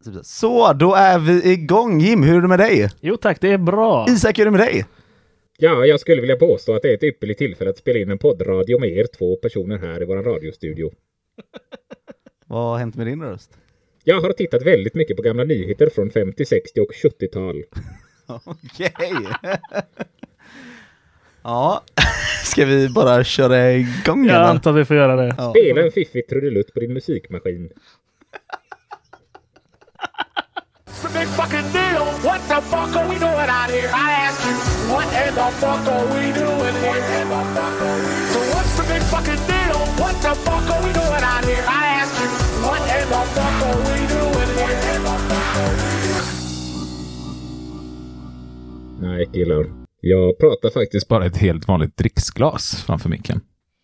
Så, då är vi igång. Jim, hur är det med dig? Jo tack, det är bra. Isak, hur är det med dig? Ja, jag skulle vilja påstå att det är ett ypperligt tillfälle att spela in en poddradio med er två personer här i vår radiostudio. Vad har hänt med din röst? Jag har tittat väldigt mycket på gamla nyheter från 50-, 60- och 70-tal. Okej. Ja, ska vi bara köra igång? Jag eller? antar vi får göra det. Ja. Spela en fiffig trudelutt på din musikmaskin. It's a big fucking deal. What the fuck are we doing out here? I ask you, what in the fuck are we doing here? So what's the big fucking deal? What the fuck are we doing out here? I ask you, what in the fuck are we doing here? Nej, killar. Jag pratar faktiskt Bara ett helt vanligt dricksglas framför micken.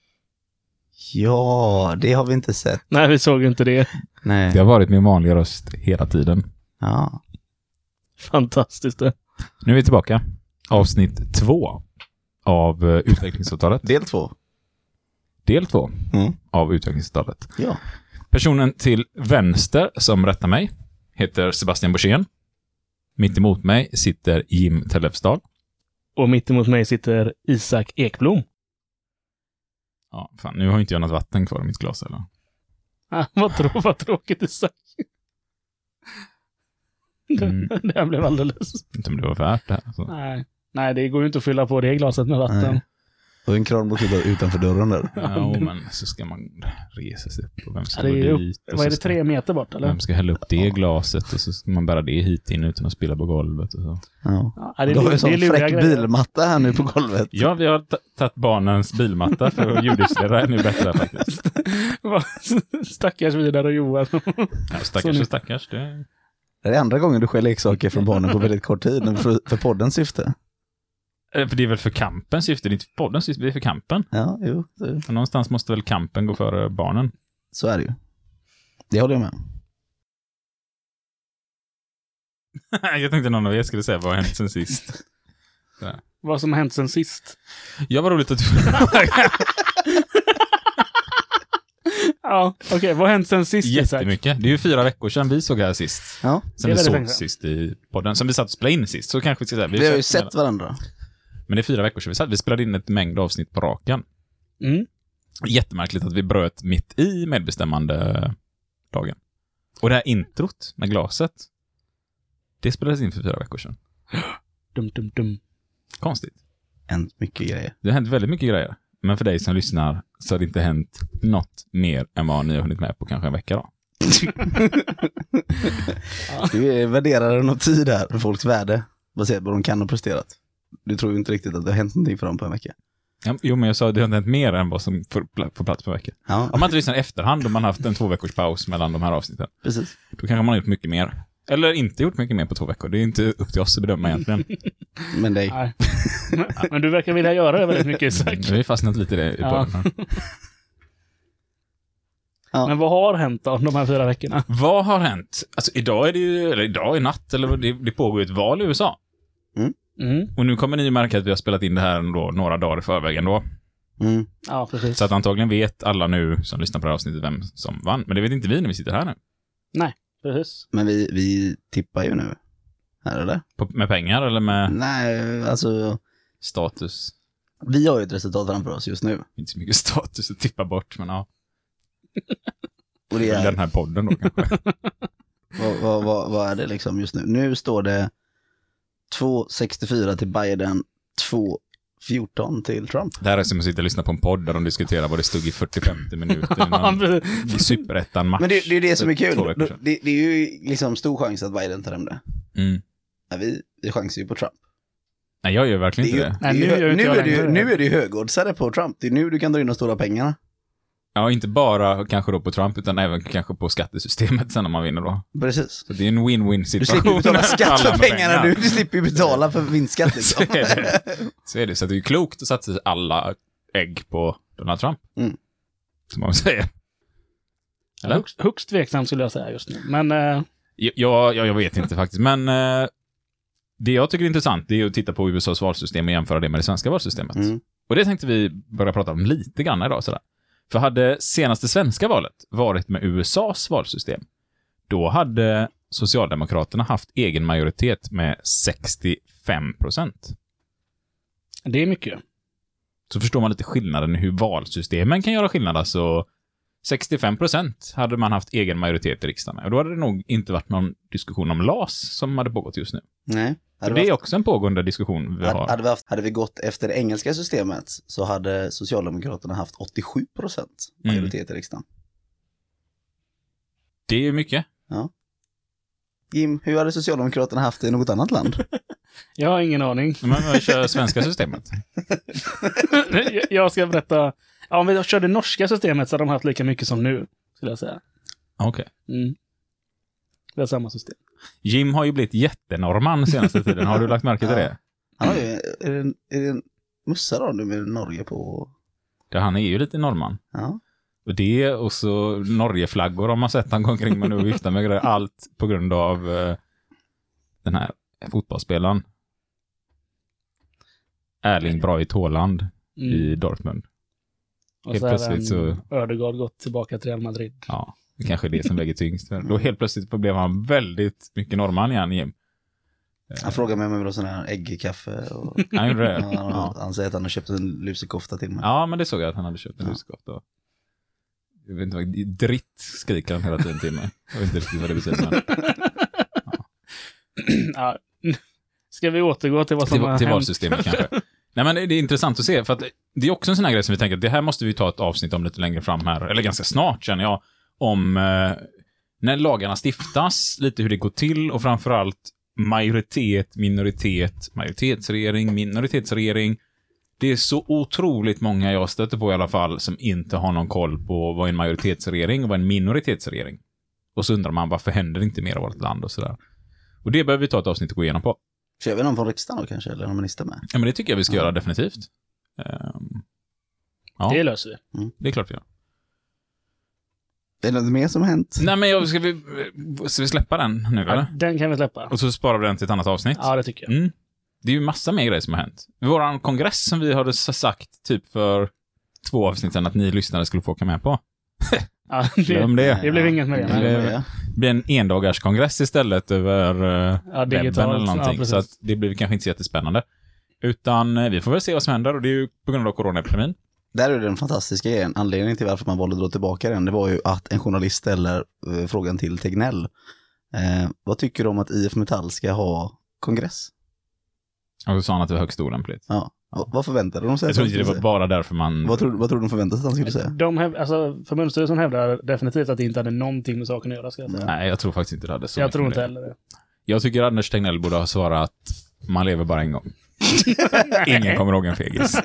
Ja, det har vi inte sett. Nej, vi såg inte det. Nej. Det har varit min vanliga röst hela tiden. Ja. Fantastiskt det. Nu är vi tillbaka. Avsnitt 2 av utvecklingsavtalet. Del 2. Del 2 Mm. av utvecklingsavtalet. Ja. Personen till vänster som rättar mig heter Sebastian Borssén. Mitt emot mig sitter Jim Tellefsdal. Och mitt emot mig sitter Isak Ekblom. Ja, fan, nu har inte jag något vatten kvar i mitt glas eller? Ah, vad tråkigt Isak. Det här blev alldeles... Inte om det var värt det här. Så. Nej, det går ju inte att fylla på det glaset med vatten. Nej. Och en kranbock utanför dörren där. Ja, men så ska man resa sig upp och vem ska Ja, det är gå upp, dit? Och vad är så det, 3 meter bort eller? Vem ska hälla upp det glaset och så ska man bära det hit in utan att spilla på golvet och så. Ja. Ja, det Du har ju en är sån luriga fräck grejer. bilmatta här nu på golvet. Ja, vi har tagit barnens bilmatta för att ljudisolera är nu bättre faktiskt. Stackars Vidar och Johan. Ja, stackars och stackars. Det... Det är andra gången du skäller leksaker från barnen på väldigt kort tid för poddens syfte. För det är väl för kampens syfte, det är inte för poddens syfte, det är för kampen. Ja, jo. Och någonstans måste väl kampen gå före barnen. Så är det ju. Det håller jag med. Jag tänkte någon av er skulle säga vad har hänt sen sist. Sådär. Vad som har hänt sen sist. Ja, vad roligt att du... Ja, okej. Vad har hänt sen sist, Isak? Jättemycket. Det är ju 4 veckor sedan vi såg här sist. Ja. Sen Det vi är såg väldigt sist i podden. Som vi satt och spelade in sist. Så kanske vi ska säga. Vi har ju sett varandra. Men det är 4 veckor sedan vi spelade in ett mängd avsnitt på raken. Mm. Jättemärkligt att vi bröt mitt i medbestämmande dagen. Och det här introt med glaset, det spelades in för 4 veckor sedan. Dum. Konstigt. Hänt mycket grejer. Det har hänt väldigt mycket grejer. Men för dig som lyssnar så har det inte hänt något mer än vad ni har hunnit med på kanske en vecka då. Du värderar nog tid här, folks värde, baserat på vad de kan ha presterat. Du tror ju inte riktigt att det har hänt någonting för dem på en vecka. Ja, jo, men jag sa att det har inte hänt mer än vad som får plats på en vecka. Ja, Om man inte lyssnar i efterhand, om man har haft en 2 veckors paus mellan de här avsnitten, precis. då kanske man har gjort mycket mer. Eller inte gjort mycket mer på 2 veckor. Det är inte upp till oss att bedöma egentligen. Men dig. Nej. Men du verkar vilja göra det väldigt mycket, Isak. Vi har ju fastnat lite i det i Ja. podden. Ja. Men vad har hänt då, de här 4 veckorna? Vad har hänt? Alltså idag är det ju, eller idag är natt, eller det pågår ju ett val i USA. Mm. Och nu kommer ni ju märka att vi har spelat in det här ändå några dagar i förväg ändå. Mm. Ja, precis. Så att antagligen vet alla nu som lyssnar på det här avsnittet vem som vann. Men det vet inte vi när vi sitter här nu. Nej, precis. Men vi tippar ju nu. Här eller? Med pengar eller med Nej, alltså status? vi har ju ett resultat framför oss just nu. Inte så mycket status att tippa bort, men ja. Och det är, Den här podden då kanske. vad är det liksom just nu? Nu står det 2,64 till Biden, 2,14 till Trump. Det här är som att sitta och lyssna på en podd där de diskuterar vad det stod i 40-50 minuter. I superettan-match. Men det är ju det som är 2 kul. veckor sedan. Det är ju liksom stor chans att Biden tar hem det. Mm. Ja, vi chansar ju på Trump. Nej, jag gör verkligen Det är inte ju, det. Nej, nu gör inte jag längre det. nu är det ju högoddsare på Trump. Det är nu du kan dra in de stora pengarna. Ja, inte bara kanske då på Trump, utan även kanske på skattesystemet sen om man vinner då. Precis. Så det är en win-win Du situation. slipper betala skatt Alla för med pengarna. pengar. Du slipper ju betala för vinstskatt liksom. Så är det. Så är det. Så det är ju klokt att satsa alla ägg på Donald Trump. Mm. Som man säger. Eller? Högst tveksam skulle jag säga just nu. Men Jag vet inte faktiskt. Men det jag tycker är intressant det är att titta på USAs valsystem och jämföra det med det svenska valsystemet. Mm. Och det tänkte vi börja prata om lite grann idag. Sådär. För hade senaste svenska valet varit med USAs valsystem, då hade Socialdemokraterna haft egen majoritet med 65%. Det är mycket. Så förstår man lite skillnaden i hur valsystemen kan göra skillnad. Alltså 65% hade man haft egen majoritet i riksdagen. Och då hade det nog inte varit någon diskussion om LAS som hade pågått just nu. Nej. Det är också en pågående diskussion vi har. Hade vi gått efter det engelska systemet så hade Socialdemokraterna haft 87% majoritet i riksdagen. Det är ju mycket. Ja. Jim, hur hade Socialdemokraterna haft det i något annat land? Jag har ingen aning. Men vi kör svenska systemet. Jag ska berätta. Ja, om vi kör det norska systemet så hade de haft lika mycket som nu, skulle jag säga. Okej. Mm. Det är samma system. Jim har ju blivit jättenorman senaste tiden. Har du lagt märke till det? Han har ju, är det en mussa då nu med Norge på? Ja, han är ju lite norman. Ja. Och det, och så Norgeflaggor har man sett han går omkring med nu och viftar med grejer. Allt på grund av den här fotbollsspelaren. Erling Braut Haaland i Dortmund. Och Helt så plötsligt så... Ödegaard gått tillbaka till Real Madrid. Ja, det kanske är det som väger tyngst. Då helt plötsligt blev han väldigt mycket norrman igen, Jim. Han frågar mig om jag vill ha sån här äggkaffe. Och... Han gjorde det. Han säger att han har köpt en lusekofta till mig. Ja, men det såg jag att han hade köpt en lusekofta. Jag vet inte vad dritt skriker han hela tiden till mig. Jag vet inte riktigt vad det betyder. Men... Ja. Ska vi återgå till vad som har hänt? Till valsystemet kanske. Nej, men det är intressant att se, för att det är också en sån här grej som vi tänker att det här måste vi ta ett avsnitt om lite längre fram här, eller ganska snart känner jag, om när lagarna stiftas, lite hur det går till och framförallt majoritet, minoritet, majoritetsregering, minoritetsregering. Det är så otroligt många jag stöter på i alla fall som inte har någon koll på vad en majoritetsregering och vad en minoritetsregering. Och så undrar man varför händer det inte mer i vårt land och sådär. Och det behöver vi ta ett avsnitt att gå igenom på. Kör vi någon från riksdagen då kanske, eller någon minister med? Ja, men det tycker jag vi ska göra definitivt. Ja, Det löser vi. det är klart vi gör. Är det något mer som har hänt? Nej, men ska vi släppa den nu, eller? Den kan vi släppa. Och så sparar vi den till ett annat avsnitt. Ja, det tycker jag. Det är ju massa mer grejer som har hänt. Våran kongress som vi hade sagt typ för 2 avsnitt sedan att ni lyssnare skulle få åka med på. Ja, det blev inget med det. Det blir en endagarskongress istället över webben eller någonting. Ja, så att det blir kanske inte så jättespännande. Utan vi får väl se vad som händer och det är ju på grund av coronaepidemin. Där är den fantastiska grejen. Anledningen till varför man valde att dra tillbaka den, det var ju att en journalist ställer frågan till Tegnell. Vad tycker du om att IF Metall ska ha kongress? Och så sa han att det var högst olämpligt. Ja. Vad förväntade de sig? Jag tror inte det var bara därför man... Vad tror de förväntade sig att han skulle säga? Förbundsstyrelsen hävdar definitivt att det inte hade någonting med saken att göra, ska jag säga. Nej, jag tror faktiskt inte det hade så. Jag tror inte heller det. Jag tycker Anders Tegnell borde ha svarat att man lever bara en gång. Ingen kommer ihåg en fegis.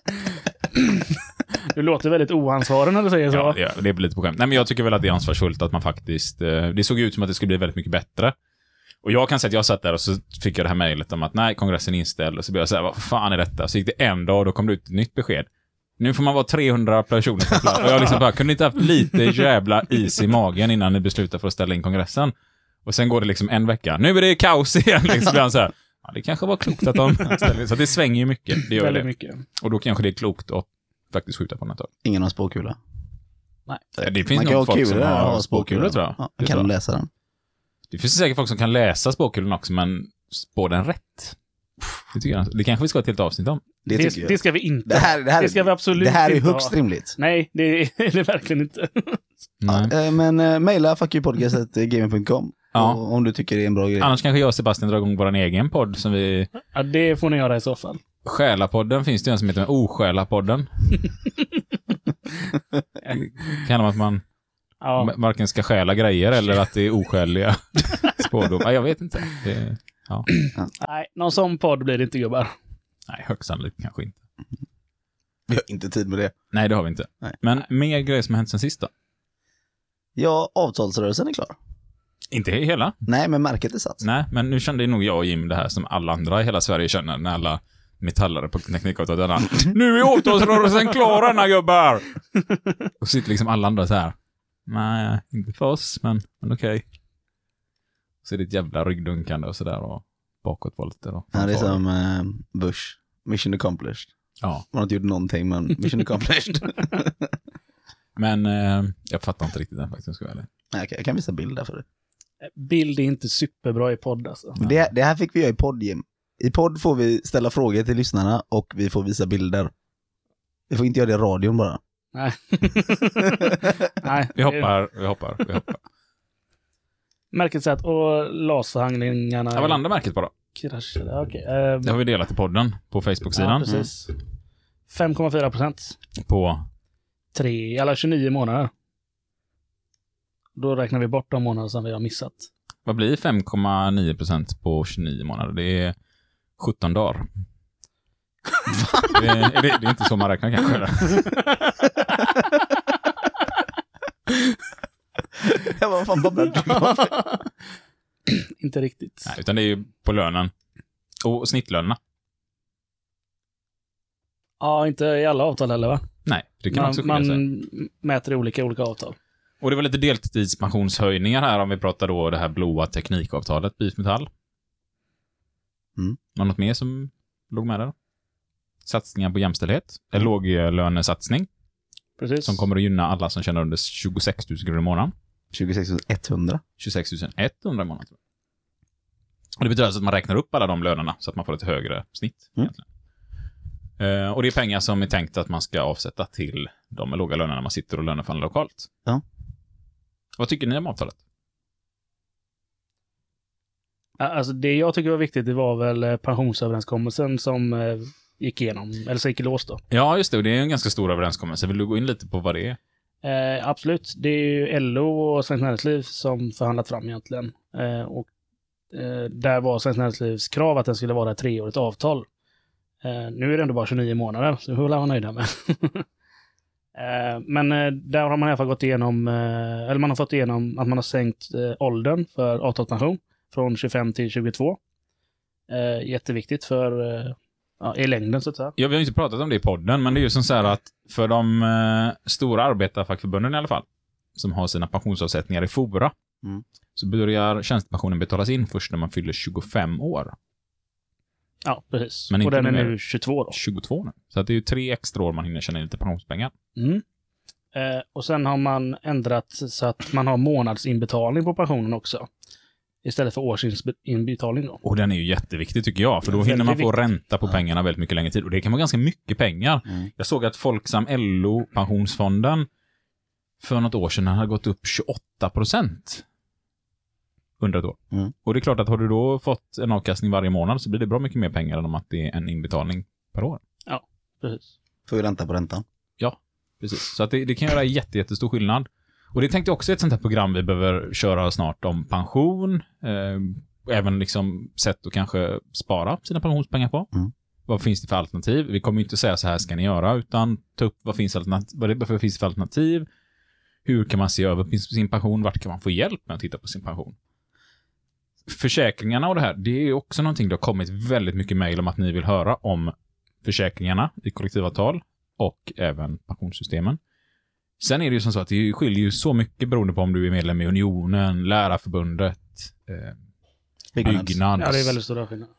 Du låter väldigt oansvarig när du säger så. Ja, det blir lite på skämt. Nej, men jag tycker väl att det är ansvarsfullt att man faktiskt... Det såg ut som att det skulle bli väldigt mycket bättre. Och jag kan säga att jag satt där och så fick jag det här mejlet om att nej, kongressen är inställd. Och så blev jag så här, vad fan är detta? Så gick det en dag och då kom det ut ett nytt besked. Nu får man vara 300 personer på plats. Och jag liksom bara, kunde inte haft lite jävla is i magen innan ni beslutar för att ställa in kongressen? Och sen går det liksom en vecka. Nu är det kaos igen. Liksom blir han så här, ja, det kanske var klokt att de ställer in. Så det svänger ju mycket. Det gör väldigt det. Mycket. Och då kanske det är klokt att faktiskt skjuta på något. Ingen har spåkula. Nej. Det finns nog folk som har spåkulor, tror jag. Ja, kan de läsa den? Det finns säkert folk som kan läsa spåkulan också, men spå den rätt. Det tycker jag. Det kanske vi ska ha ett helt avsnitt om. Det ska vi inte. Det ska vi absolut det här är inte högst rimligt. Nej, det är det verkligen inte. Nej. Men mejla fuckyoupodcast@gamer.com. Ja. Om du tycker det är en bra grej. Annars kanske jag och Sebastian drar igång vår egen podd som vi... Ja, det får ni göra i så fall. Själapodden finns det en som heter Osjälapodden. Kan att man varken ska stjäla grejer eller att det är oskäliga spårdom. Jag vet inte. Nej, någon sån podd blir det inte, gubbar. Nej, högst sannolikt kanske inte. Vi har inte tid med det. Nej, det har vi inte. Nej. Men mer grejer som har hänt sen sist då? Ja, avtalsrörelsen är klar. Inte hela? Nej, men märket är satt. Nej, men nu kände nog jag och Jim det här som alla andra i hela Sverige känner när alla metallare på teknikavtalet. Nu är avtalsrörelsen klar, denna gubbar! Och sitter liksom alla andra så här. Nej, inte för oss, men okej. Så är det ett jävla ryggdunkande och sådär och bakåtvolter. Och ja, det är som Bush. Mission accomplished. Ja. Man har inte gjort någonting, men mission accomplished. Men jag fattar inte riktigt den faktiskt. Nej, jag kan visa bilder för det. Bild är inte superbra i podd alltså. Det här fick vi göra i podd, Jim. I podd får vi ställa frågor till lyssnarna och vi får visa bilder. Vi får inte göra det i radion bara. Nej. Nej. Vi hoppar. Märkessätt och LAS-förhandlingarna. Vad landar märket på då? Kraschade. Okay. Det har vi delat i podden på Facebook-sidan. Ja, precis. 5,4%. På 29 månader. Då räknar vi bort de månader som vi har missat. vad blir 5,9% på 29 månader? Det är 17 dagar. det är inte så man räknar kanske. Vad fan babblar du? Inte riktigt. Nej, utan det är ju på lönen. Och snittlönerna. Ja, inte i alla avtal heller va? Nej, det kan också skilja sig. Man mäter i olika avtal. Och det var lite deltidspensionshöjningar här om vi pratar då det här blåa teknikavtalet, BIF Metall. Var något mer som låg med där? Satsningar på jämställdhet. En låglönesatsning. Precis. Som kommer att gynna alla som tjänar under 26 000 kronor i månaden. 26 100. 26 100 i månaden. Och det betyder alltså att man räknar upp alla de lönerna så att man får ett högre snitt. Egentligen. Och det är pengar som är tänkt att man ska avsätta till de med låga löner när man sitter och löneförhandlar lokalt. Ja. Vad tycker ni om avtalet? Alltså det jag tycker var viktigt, det var väl pensionsöverenskommelsen som gick igenom, eller så gick i lås då. Ja, just det. Och det är en ganska stor överenskommelse. Vill du gå in lite på vad det är? Absolut. Det är ju LO och Svenskt Näringsliv som förhandlat fram egentligen. Och där var Svenskt Näringslivs krav att den skulle vara ett 3-årigt avtal. Nu är det ändå bara 29 månader, så det får vi vara nöjda med. Men där har man i alla fall gått igenom, eller man har fått igenom att man har sänkt åldern för avtalspension från 25 till 22. Jätteviktigt för i längden så att säga. Ja, vi har inte pratat om det i podden, men det är ju som så här att för de stora arbetarfackförbunden i alla fall, som har sina pensionsavsättningar i Fora, så börjar tjänstepensionen betalas in först när man fyller 25 år. Ja, precis. Men och den är mer. nu 22 då. 22 nu. Så att det är ju 3 extra år man hinner tjäna in lite pensionspengar. Och sen har man ändrat så att man har månadsinbetalning på pensionen också. Istället för årsinbetalning då. Och den är ju jätteviktig tycker jag. För då hinner man få ränta på pengarna väldigt mycket längre tid. Och det kan vara ganska mycket pengar. Jag såg att Folksam LO-pensionsfonden för något år sedan hade gått upp 28% under ett år. Och det är klart att har du då fått en avkastning varje månad så blir det bra mycket mer pengar än om att det är en inbetalning per år. Ja, precis. Får vi ränta på räntan. Ja, precis. Så att det kan göra jättestor skillnad. Och det tänkte jag också ett sånt här program vi behöver köra snart om pension. Även liksom sätt att kanske spara sina pensionspengar på. Vad finns det för alternativ? Vi kommer ju inte säga så här ska ni göra, utan ta upp vad finns det för alternativ. Hur kan man se över sin pension? Vart kan man få hjälp med att titta på sin pension? Försäkringarna och det här, det är också någonting det har kommit väldigt mycket mejl om att ni vill höra om försäkringarna i kollektivavtal och även pensionssystemen. Sen är det ju som så att det skiljer ju så mycket beroende på om du är medlem i Unionen, Lärarförbundet, Byggnads. Ja, det är väldigt stora skillnader.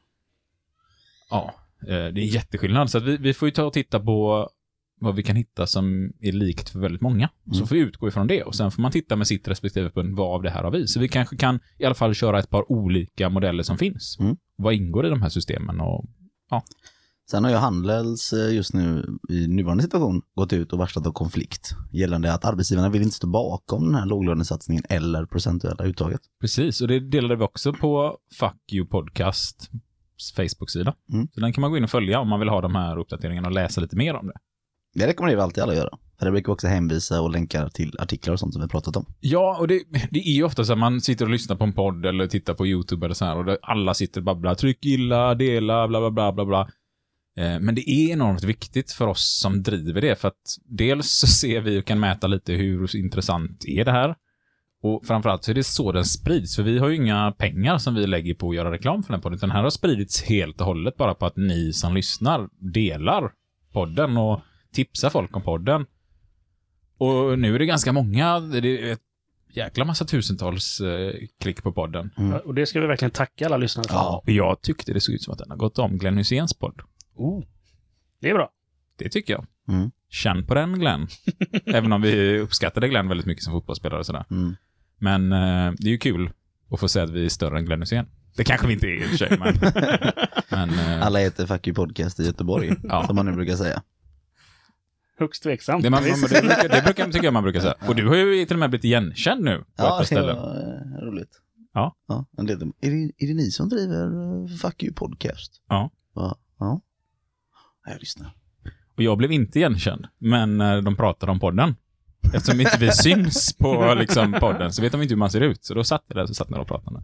Ja, det är en jätteskillnad. Så att vi får ju ta och titta på vad vi kan hitta som är likt för väldigt många. Så får vi utgå ifrån det. Och sen får man titta med sitt respektive förbund vad av det här har vi. Så vi kanske kan i alla fall köra ett par olika modeller som finns. Vad ingår i de här systemen? Och, ja. Sen har ju Handels just nu i nuvarande situation gått ut och varslat av konflikt gällande att arbetsgivarna vill inte stå bakom den här låglönesatsningen eller procentuella uttaget. Precis, och det delade vi också på Fuck You Podcast Facebook-sida. Så den kan man gå in och följa om man vill ha de här uppdateringarna och läsa lite mer om det. Det rekommenderar vi alltid alla göra. För det brukar också hänvisa och länkar till artiklar och sånt som vi pratat om. Ja, och det är ju ofta så att man sitter och lyssnar på en podd eller tittar på YouTube eller så här och alla sitter och babblar, tryck gilla, dela, bla bla bla bla bla. Men det är enormt viktigt för oss som driver det, för att dels så ser vi och kan mäta lite hur intressant är det här, och framförallt så är det så den sprids, för vi har ju inga pengar som vi lägger på att göra reklam för den podden, utan den här har spridits helt och hållet bara på att ni som lyssnar delar podden och tipsar folk om podden. Och nu är det ganska många, det är ett jäkla massa tusentals klick på podden. Och det ska vi verkligen tacka alla lyssnare för. Ja, jag tyckte det såg ut som att den har gått om Glenn Hyséns podd. Det är bra. Det tycker jag. Känn på den, Glenn. Även om vi uppskattade Glenn väldigt mycket som fotbollsspelare och sådär. Men det är ju kul och få säga att vi är större än Glenn Hysén. Det kanske vi inte är i och för sig, men Alla heter Fuck You Podcast i Göteborg, som man nu brukar säga. Högst tveksamt. Det tycker jag man brukar säga. Och du har ju till och med blivit igenkänd nu på ett par ställen. Ja, roligt. Ja. Är det ni som driver Fuck You Podcast? Ja. Ja. Jag lyssnar. Och jag blev inte igenkänd, men när de pratade om podden. Eftersom inte vi syns på liksom, podden så vet de inte hur man ser ut. Så då satt jag där och satt när de pratade.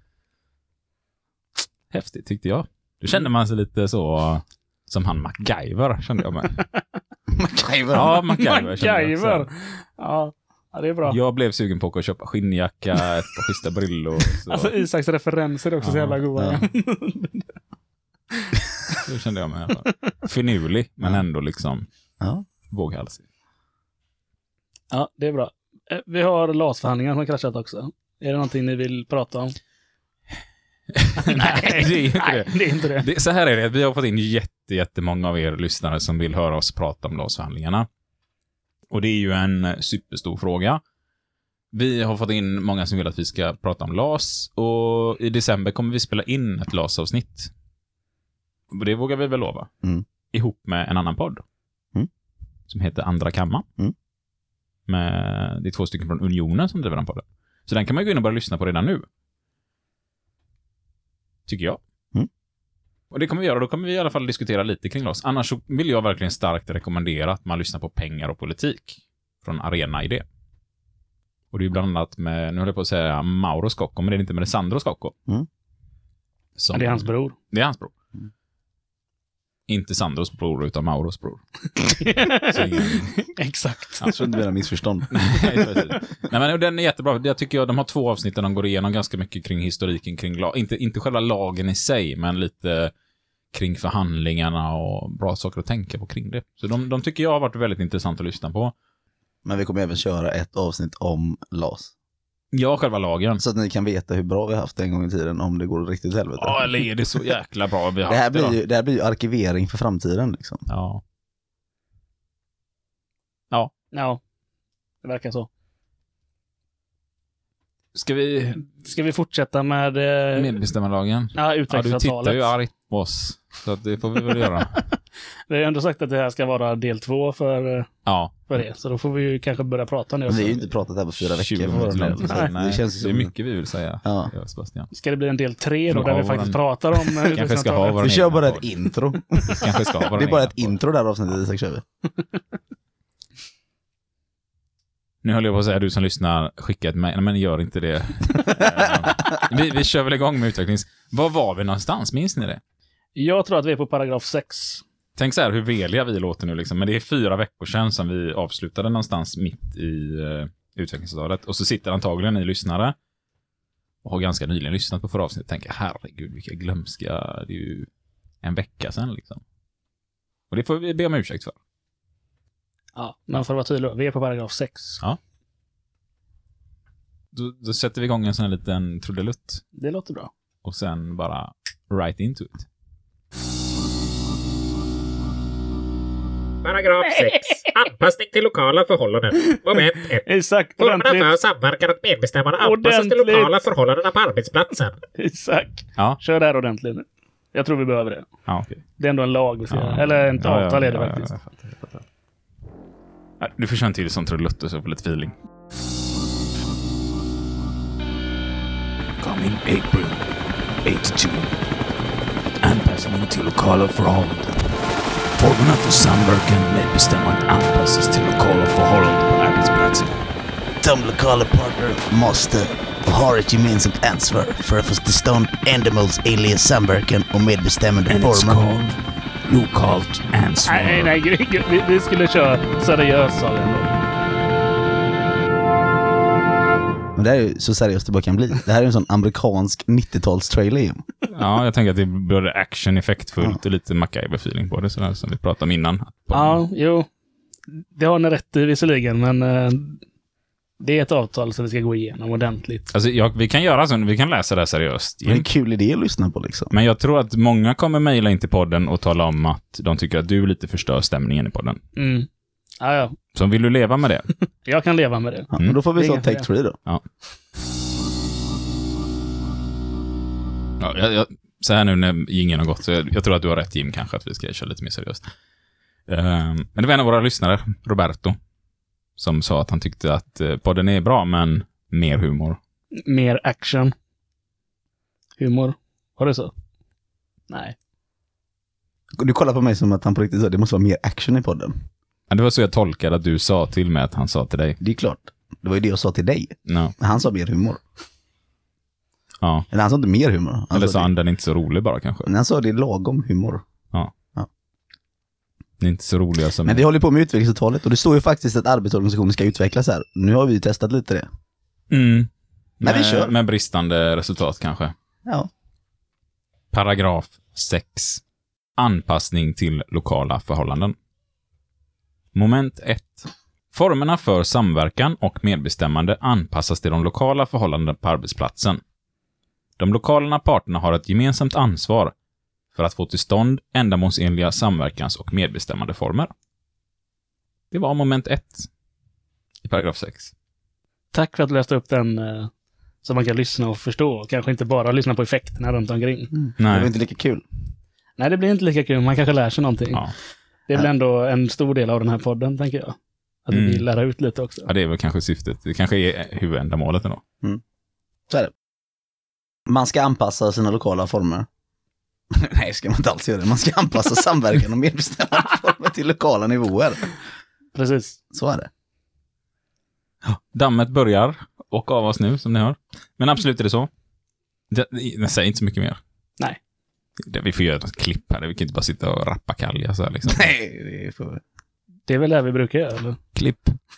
Häftigt tyckte jag. Då kände man sig lite så som han MacGyver, kände jag med. MacGyver? Ja, MacGyver. Ja, det är bra. Jag blev sugen på att köpa skinnjacka, ett par schyssta brillor. Så. Alltså Isaks referenser är också så jävla goda. Ja. Det kände jag med. Finurlig, men ändå liksom våghalsig. Ja, det är bra. Vi har LAS-förhandlingar som kraschat också. Är det någonting ni vill prata om? Nej, det är inte det. Så här är det, vi har fått in jättemånga av er lyssnare som vill höra oss prata om LAS-förhandlingarna. Och det är ju en superstor fråga. Vi har fått in många som vill att vi ska prata om LAS. Och i december kommer vi spela in ett LAS-avsnitt. Och det vågar vi väl lova. Ihop med en annan podd. Som heter Andra Kamma. Det är 2 stycken från Unionen som driver den podden. Så den kan man ju gå in och börja lyssna på redan nu. Tycker jag. Och det kommer vi göra. Då kommer vi i alla fall diskutera lite kring LAS. Annars så vill jag verkligen starkt rekommendera att man lyssnar på Pengar och politik från Arena Idé. Och det är ju bland annat med, nu håller jag på att säga Mauro Scocco, men det är inte med Sandro Scocco. Ja, det är hans bror. Det är hans bror. Inte Sandros bror utan Mauros bror. Exakt. Jag tror inte det är missförstånd. Nej, men den är jättebra. Jag tycker de har 2 avsnitt där de går igenom ganska mycket kring historiken kring inte själva lagen i sig, men lite kring förhandlingarna och bra saker att tänka på kring det. Så de tycker jag har varit väldigt intressant att lyssna på. Men vi kommer även köra ett avsnitt om LAS. Ja, själva lagen. Så att ni kan veta hur bra vi har haft en gång i tiden om det går riktigt helvete. Ja, eller är det så jäkla bra vi har det här blir ju arkivering för framtiden liksom. Ja. Ja, det verkar så. Ska vi fortsätta med medbestämmarlagen? Ja, utvecklingsavtalet. Du tittar ju argt på oss. Så att det får vi väl göra. Vi har ändå sagt att det här ska vara del 2 för det. Så då får vi ju kanske börja prata nu. Men vi har ju inte pratat här på 4 veckor. Nej. Det känns som det är mycket vi vill säga. Ja. Ska det bli en del 3 då, där vi faktiskt pratar om kanske ska ha vi kör bara ett intro. Kanske ska ha det är bara ett intro där avsnittet, Isak, kör vi. Nu håller jag på att säga, du som lyssnar, skicka ett mejl. Men gör inte det. vi kör väl igång med utvecklings... Var var vi någonstans? Minns ni det? Jag tror att vi är på paragraf 6. Tänk så här hur veliga vi låter nu liksom. Men det är 4 veckor sedan som vi avslutade någonstans mitt i utvecklingsavtalet. Och så sitter antagligen ni lyssnare och har ganska nyligen lyssnat på förra avsnittet och tänker, herregud vilka glömska, det är ju en vecka sedan liksom. Och det får vi be om ursäkt för. Ja, men för att vara tydlig, vi är på paragraf 6. Ja. Då sätter vi igång en sån här liten trudelutt. Det låter bra. Och sen bara right into it. Paragraf 6. Anpassning till lokala förhållanden. Moment 1. Exakt. Formerna för samverkan och medbestämmande anpassas till lokala förhållandena på arbetsplatsen. Exakt. Ja. Kör det här ordentligt nu. Jag tror vi behöver det. Ja, okay. Det är ändå en lag. Eller en avtal är det faktiskt. Jag fattar. Du får köra en till som trudelutt och så får lite feeling. Coming April 82. Anpassning till lokala förhållanden. Formerna för samverkan med bestämmande anpassas till lokala förhållanden på arbetsplatsen. De lokala parter måste och har ett gemensamt ansvar för att få till stånd ändamålsenliga samverkan och medbestämmande former. Lokalt ansvar. Nej, vi skulle köra seriöst av ändå. Men det här är ju så seriöst det bara kan bli. Det här är en sån amerikansk 90-tals-trailer. Ja, jag tänker att det blir action-effektfullt och lite MacGyver-feeling på det, sådär som vi pratade om innan. Ja, jo. Det har ni rätt i visserligen, men det är ett avtal som vi ska gå igenom ordentligt. Alltså, vi kan göra så, vi kan läsa det här seriöst. Det är en kul idé att lyssna på liksom. Men jag tror att många kommer mejla in till podden och tala om att de tycker att du lite förstör stämningen i podden. Mm. Ja. Så vill du leva med det? Jag kan leva med det. Ja, men då får vi så take 3 då. Ja. Ja, så här nu när ingen har gått, så jag tror att du har rätt, Jim, kanske att vi ska köra lite mer seriöst. Men det var en av våra lyssnare, Roberto, som sa att han tyckte att podden är bra, men mer humor. Mer action. Humor. Var det så? Nej. Du kollar på mig som att han på riktigt sa det måste vara mer action i podden. Ja, det var så jag tolkade att du sa till mig att han sa till dig. Det är klart. Det var ju det jag sa till dig. No. Han sa mer humor. Ja. Eller han sa inte mer humor. Eller sa han den är inte så rolig bara kanske. Men han sa det är lagom humor. Ja. Det är inte så roliga som... Men vi håller på med utvecklingsavtalet och det står ju faktiskt att arbetsorganisationen ska utvecklas här. Nu har vi testat lite det. Men vi kör. Med bristande resultat kanske. Ja. Paragraf 6. Anpassning till lokala förhållanden. Moment 1. Formerna för samverkan och medbestämmande anpassas till de lokala förhållandena på arbetsplatsen. De lokala parterna har ett gemensamt ansvar för att få till stånd ändamålsenliga samverkans- och medbestämmandeformer. Det var moment 1 i paragraf 6. Tack för att du läste upp den så man kan lyssna och förstå. Kanske inte bara lyssna på effekterna runt omkring. Det var inte lika kul. Nej, det blir inte lika kul. Man kanske lär sig någonting. Ja. Det är väl ändå en stor del av den här podden, tänker jag. Att vi vill lära ut lite också. Ja, det är väl kanske syftet. Det kanske är huvudändamålet ändå. Så är det. Man ska anpassa sina lokala former. Nej, ska man inte alls göra det. Man ska anpassa samverkan och medbestämmande former till lokala nivåer. Precis. Så är det. Dammet börjar och av oss nu, som ni hör. Men absolut är det så. Det säger inte så mycket mer. Nej. Vi får göra ett klipp här. Vi kan inte bara sitta och rappa kalja så här liksom. Nej, det får vi. Det är väl det vi brukar göra, eller? Klipp.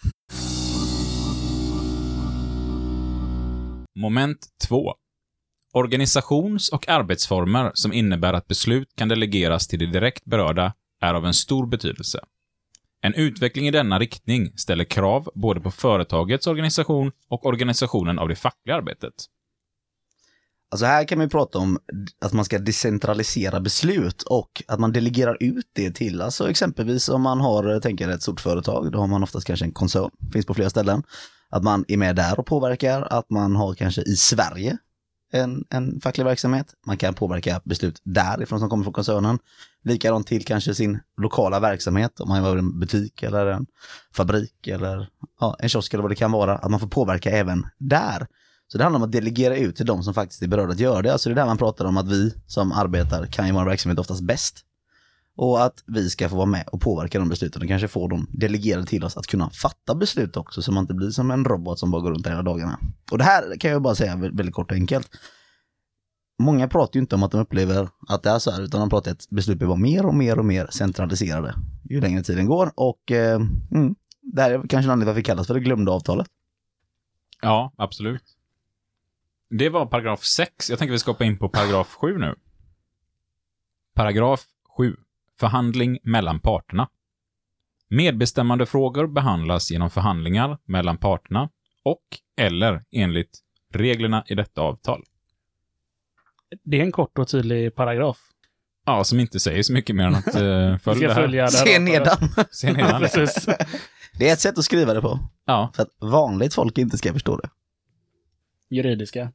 Moment 2. Organisations- och arbetsformer som innebär att beslut kan delegeras till de direkt berörda är av en stor betydelse. En utveckling i denna riktning ställer krav både på företagets organisation och organisationen av det fackliga arbetet. Alltså här kan man ju prata om att man ska decentralisera beslut och att man delegerar ut det till, alltså exempelvis om man har, tänker ett stort företag, då har man oftast kanske en koncern, finns på flera ställen, att man är med där och påverkar, att man har kanske i Sverige en facklig verksamhet, man kan påverka beslut därifrån som kommer från koncernen, likadant till kanske sin lokala verksamhet, om man har en butik eller en fabrik eller en kiosk eller vad det kan vara, att man får påverka även där. Så det handlar om att delegera ut till de som faktiskt är berörda att göra det. Alltså det är där man pratar om att vi som arbetar kan ju vara verksamhet oftast bäst. Och att vi ska få vara med och påverka de besluten och kanske få dem delegerade till oss att kunna fatta beslut också, så man inte blir som en robot som bara går runt hela dagarna. Och det här kan jag bara säga väldigt kort och enkelt. Många pratar ju inte om att de upplever att det är så här, utan de pratar att beslut blir mer och mer och mer centraliserade ju längre tiden går. Och det här är kanske anledningen varför vi kallas för det glömda avtalet. Ja, absolut. Det var paragraf 6. Jag tänker vi ska hoppa in på paragraf 7 nu. Paragraf 7. Förhandling mellan parterna. Medbestämmandefrågor behandlas genom förhandlingar mellan parterna och eller enligt reglerna i detta avtal. Det är en kort och tydlig paragraf. Ja, som inte säger så mycket mer än att följa Se nedan. Se nedan. Precis. Det är ett sätt att skriva det på. Ja. För att vanligt folk inte ska förstå det. Juridiska.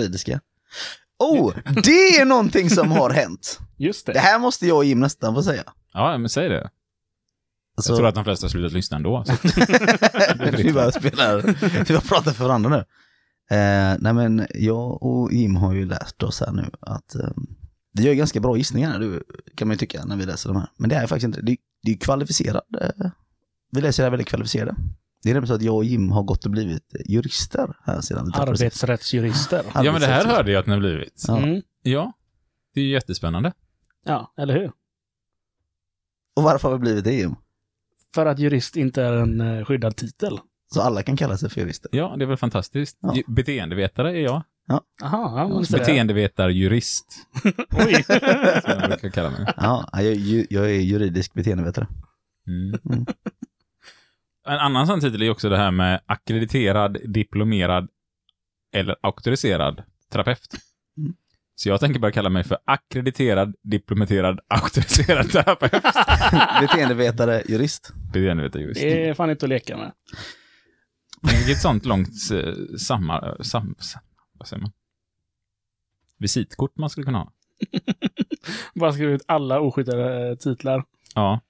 Det är någonting som har hänt. Just det. Det här måste jag och Jim nästan få säga. Ja, men säg det. Alltså, Jag tror att de flesta har slutat lyssna ändå. Så. vi bara pratar för varandra nu. Nej men jag och Jim har ju lärt oss här nu att det gör ganska bra gissningar nu, kan man ju tycka när vi läser de här. Men det är faktiskt inte, det är kvalificerat. Vi läser det här väldigt kvalificerade. Det är nämligen så att jag och Jim har gått och blivit jurister här sedan. Arbetsrättsjurister. Ja, men det här hörde jag att ni har blivit. Ja. Ja, det är ju jättespännande. Ja, eller hur? Och varför har vi blivit det, Jim? För att jurist inte är en skyddad titel. Så alla kan kalla sig för jurister. Ja, det är väl fantastiskt. Ja. Beteendevetare är jag. Aha, ja, Beteendevetarjurist. Oj. Som jag brukar kalla mig. Ja, jag är juridisk beteendevetare. Mm. En annan sån titel är också det här med akkrediterad, diplomerad eller auktoriserad terapeut. Mm. Så jag tänker bara kalla mig för akkrediterad, diplomerad, auktoriserad terapeut. Beteendevetare, jurist. Beteendevetarjurist. Det är fan inte att leka med. Men vilket sånt långt vad säger man? visitkort man skulle kunna ha. Bara skriva ut alla oskyddade titlar. Ja.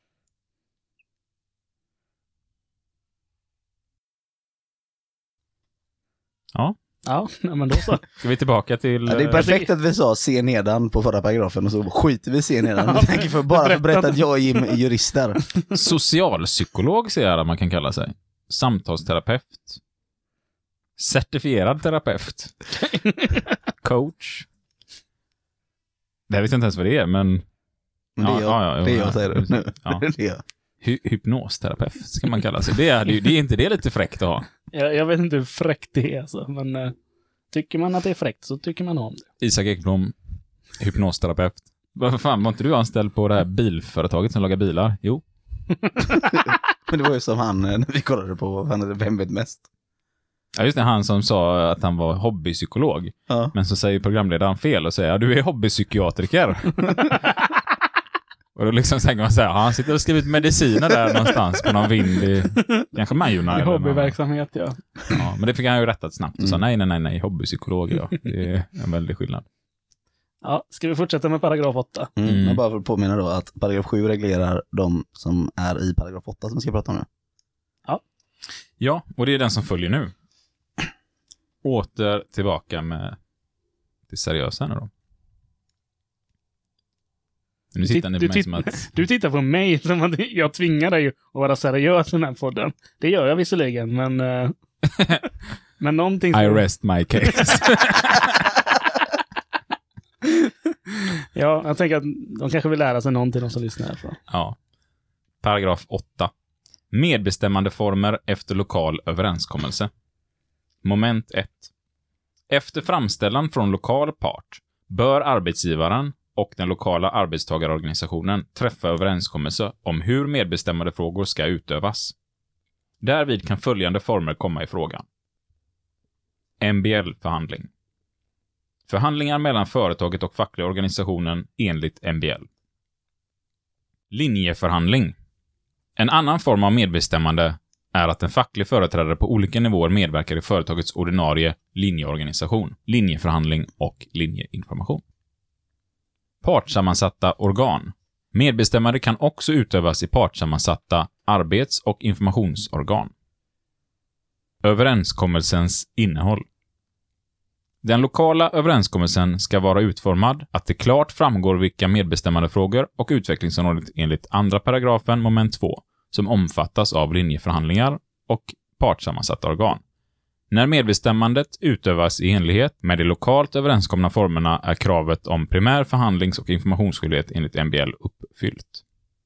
Ja. Ja, men då så. Ska vi tillbaka till... Ja, det är perfekt att vi sa se nedan på förra paragrafen och så skiter vi se nedan. Jag tänker för bara för berätta att jag och Jim är jurister. Socialpsykolog ser jag att man kan kalla sig. Samtalsterapeut. Certifierad terapeut. Coach. Det här vet jag inte ens vad det är, men... Men det är jag säger det nu. Ja. Det är jag. Hypnosterapeut ska man kalla sig. Det är inte det lite fräckt att ha? Jag vet inte hur fräckt det är, alltså, men tycker man att det är fräckt så tycker man om det. Isak Ekblom, hypnosterapeut. Vad fan, var inte du anställd på det här bilföretaget som lagar bilar? Jo. Men det var ju som han, när vi kollade på Vem vet mest? Ja, just det, han som sa att han var hobbypsykolog. Ja. Men så säger programledaren fel och säger du är hobbypsykiatriker. Och då liksom tänker man så här, han sitter och skriver ut mediciner där någonstans på någon vind i kanske Majorna. Det är hobbyverksamhet, ja. Ja. Men det fick han ju rättat snabbt och sa nej, hobbypsykolog, ja. Det är en väldig skillnad. Ja, ska vi fortsätta med paragraf 8? Jag bara för att påminna då att paragraf 7 reglerar de som är i paragraf 8 som vi ska prata om nu. Ja, och det är den som följer nu. Åter tillbaka med det seriösa nu då. Nu tittar ni på mig som att... Du tittar på mig som att jag tvingar dig att vara seriös i den här podden. Det gör jag visserligen, men... men någonting... I rest my case. Ja, jag tänker att de kanske vill lära sig någonting, de som lyssnar härifrån. Ja. Paragraf 8. Medbestämmandeformer efter lokal överenskommelse. Moment 1. Efter framställan från lokal part bör arbetsgivaren och den lokala arbetstagarorganisationen träffa överenskommelse om hur medbestämmandefrågor ska utövas. Därvid kan följande former komma i fråga. MBL-förhandling. Förhandlingar mellan företaget och fackliga organisationen enligt MBL. Linjeförhandling. En annan form av medbestämmande är att en facklig företrädare på olika nivåer medverkar i företagets ordinarie linjeorganisation, linjeförhandling och linjeinformation. Partsammansatta organ. Medbestämmande kan också utövas i partsammansatta arbets- och informationsorgan. Överenskommelsens innehåll. Den lokala överenskommelsen ska vara utformad att det klart framgår vilka medbestämmandefrågor och utvecklingsområdet enligt andra paragrafen moment 2 som omfattas av linjeförhandlingar och partsammansatta organ. När medbestämmandet utövas i enlighet med de lokalt överenskomna formerna är kravet om primär förhandlings- och informationsskyldighet enligt MBL uppfyllt.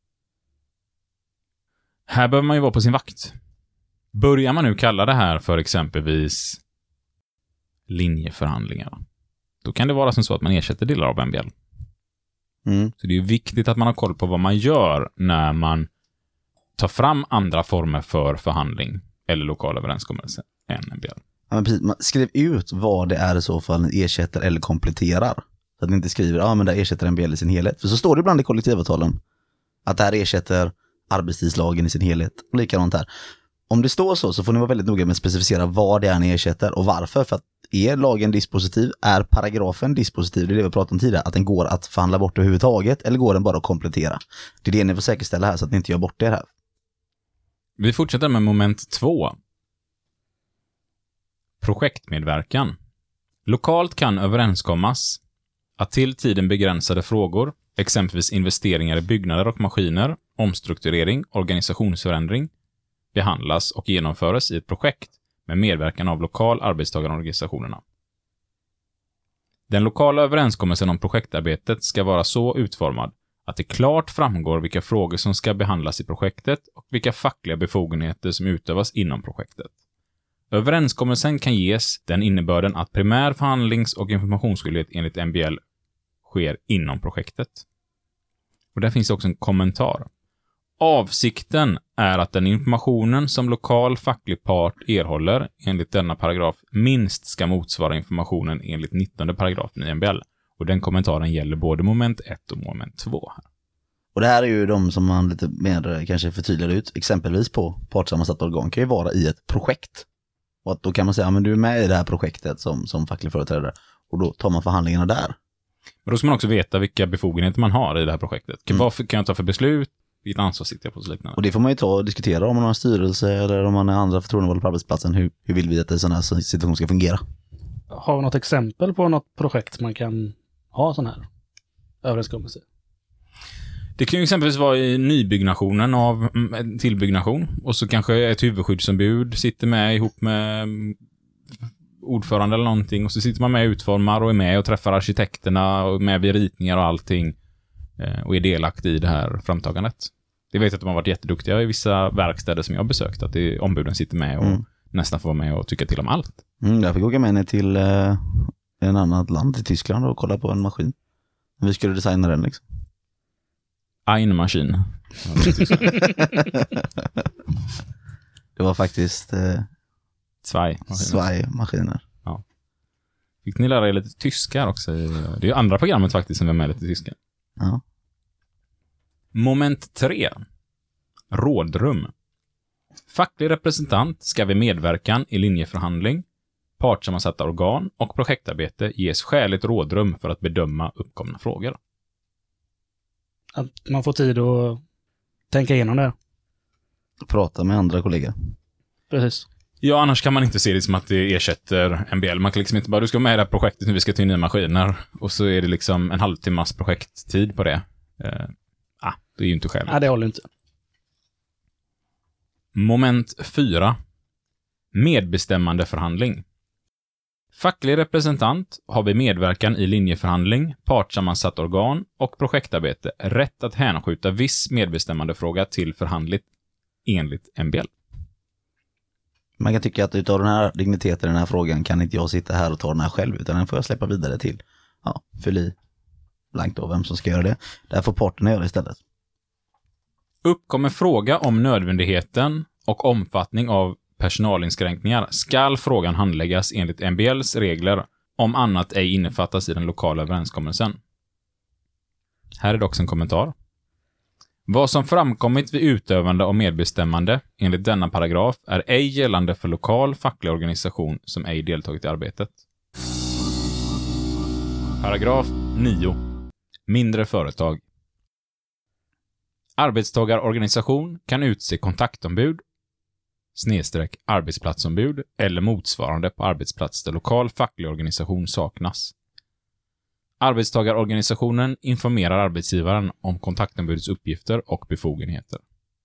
Här behöver man ju vara på sin vakt. Börjar man nu kalla det här för exempelvis linjeförhandlingar, då kan det vara som så att man ersätter delar av MBL. Så det är ju viktigt att man har koll på vad man gör när man tar fram andra former för förhandling eller lokal överenskommelse än MBL. Ja, men precis. Man skriv ut vad det är i så fall ni ersätter eller kompletterar. Så att ni inte skriver, men det ersätter MBL i sin helhet. För så står det ibland i kollektivavtalen att det här ersätter arbetstidslagen i sin helhet. Och likadant här. Om det står så får ni vara väldigt noga med att specificera vad det är ni ersätter och varför. För att är lagen dispositiv, är paragrafen dispositiv, det är det vi pratade om tidigare, att den går att förhandla bort överhuvudtaget eller går den bara att komplettera. Det är det ni får säkerställa här så att ni inte gör bort det här. Vi fortsätter med moment 2. Projektmedverkan. Lokalt kan överenskommas att till tiden begränsade frågor, exempelvis investeringar i byggnader och maskiner, omstrukturering, organisationsförändring, behandlas och genomföras i ett projekt med medverkan av lokal arbetstagarorganisationerna. Den lokala överenskommelsen om projektarbetet ska vara så utformad att det klart framgår vilka frågor som ska behandlas i projektet och vilka fackliga befogenheter som utövas inom projektet. Överenskommelsen kan ges den innebörden att primär förhandlings- och informationsskyldighet enligt MBL sker inom projektet. Och där finns också en kommentar. Avsikten är att den informationen som lokal facklig part erhåller enligt denna paragraf minst ska motsvara informationen enligt 19 paragrafen i MBL. Och den kommentaren gäller både moment 1 och moment 2. Och det här är ju de som man lite mer kanske förtydligar ut. Exempelvis på partsammansatta organ kan ju vara i ett projekt. Och att då kan man säga, men du är med i det här projektet som facklig företrädare. och då tar man förhandlingarna där. Men då ska man också veta vilka befogenheter man har i det här projektet. Vad kan jag ta för beslut? Vilket ansvar sitter jag på? Så liknande. Och det får man ju ta och diskutera om man har en styrelse eller om man är andra förtroendevalda på arbetsplatsen. Hur vill vi att en sån här situation ska fungera? Har vi något exempel på något projekt man kan ha sån här överenskommelse? Det kan ju exempelvis vara i nybyggnationen av en tillbyggnation. Och så kanske ett huvudskyddsombud sitter med ihop med ordförande eller någonting. Och så sitter man med och utformar och är med och träffar arkitekterna och med vid ritningar och allting. Och är delaktig i det här framtagandet. Det vet jag att de har varit jätteduktiga i vissa verkstäder som jag har besökt. Att ombuden sitter med och nästan får vara med och tycka till om allt. Jag fick åka med ner till en annat land, till Tyskland, och kolla på en maskin. Vi skulle designa den liksom. Ein maskin. Det var faktiskt Zwei maskiner. Ja. Fick ni lära er lite tyska också? Det är ju andra programmet faktiskt som vi har med lite tyska. Ja. Moment 3. Rådrum. Facklig representant ska vid medverkan i linjeförhandling, partsammansatta organ och projektarbete ges skäligt rådrum för att bedöma uppkomna frågor. Att man får tid att tänka igenom det. Prata med andra kollegor. Precis. Ja, annars kan man inte se det som att det ersätter MBL. Man kan liksom inte bara, du ska med i det här projektet när vi ska ta in nya maskiner. Och så är det liksom en halvtimmas projekttid på det. Det är ju inte skäligt. Nej, det håller inte. Moment 4. Medbestämmande förhandling. Facklig representant har vid medverkan i linjeförhandling, partsammansatt organ och projektarbete rätt att hänskjuta viss medbestämmande fråga till förhandligt enligt MBL. Man kan tycka att utav den här digniteten i den här frågan kan inte jag sitta här och ta den här själv, utan den får jag släppa vidare till. Fyll i blankt då vem som ska göra det. Där får parterna göra istället. Uppkommer fråga om nödvändigheten och omfattning av personalinskränkningar skall frågan handläggas enligt MBLs regler om annat ej innefattas i den lokala överenskommelsen. Här är dock en kommentar. Vad som framkommit vid utövande av medbestämmande enligt denna paragraf är ej gällande för lokal facklig organisation som ej deltagit i arbetet. Paragraf 9. Mindre företag. Arbetstagarorganisation kan utse kontaktombud / arbetsplatsombud eller motsvarande på arbetsplats där lokal facklig organisation saknas. Arbetstagarorganisationen informerar arbetsgivaren om kontaktombudets uppgifter och befogenheter.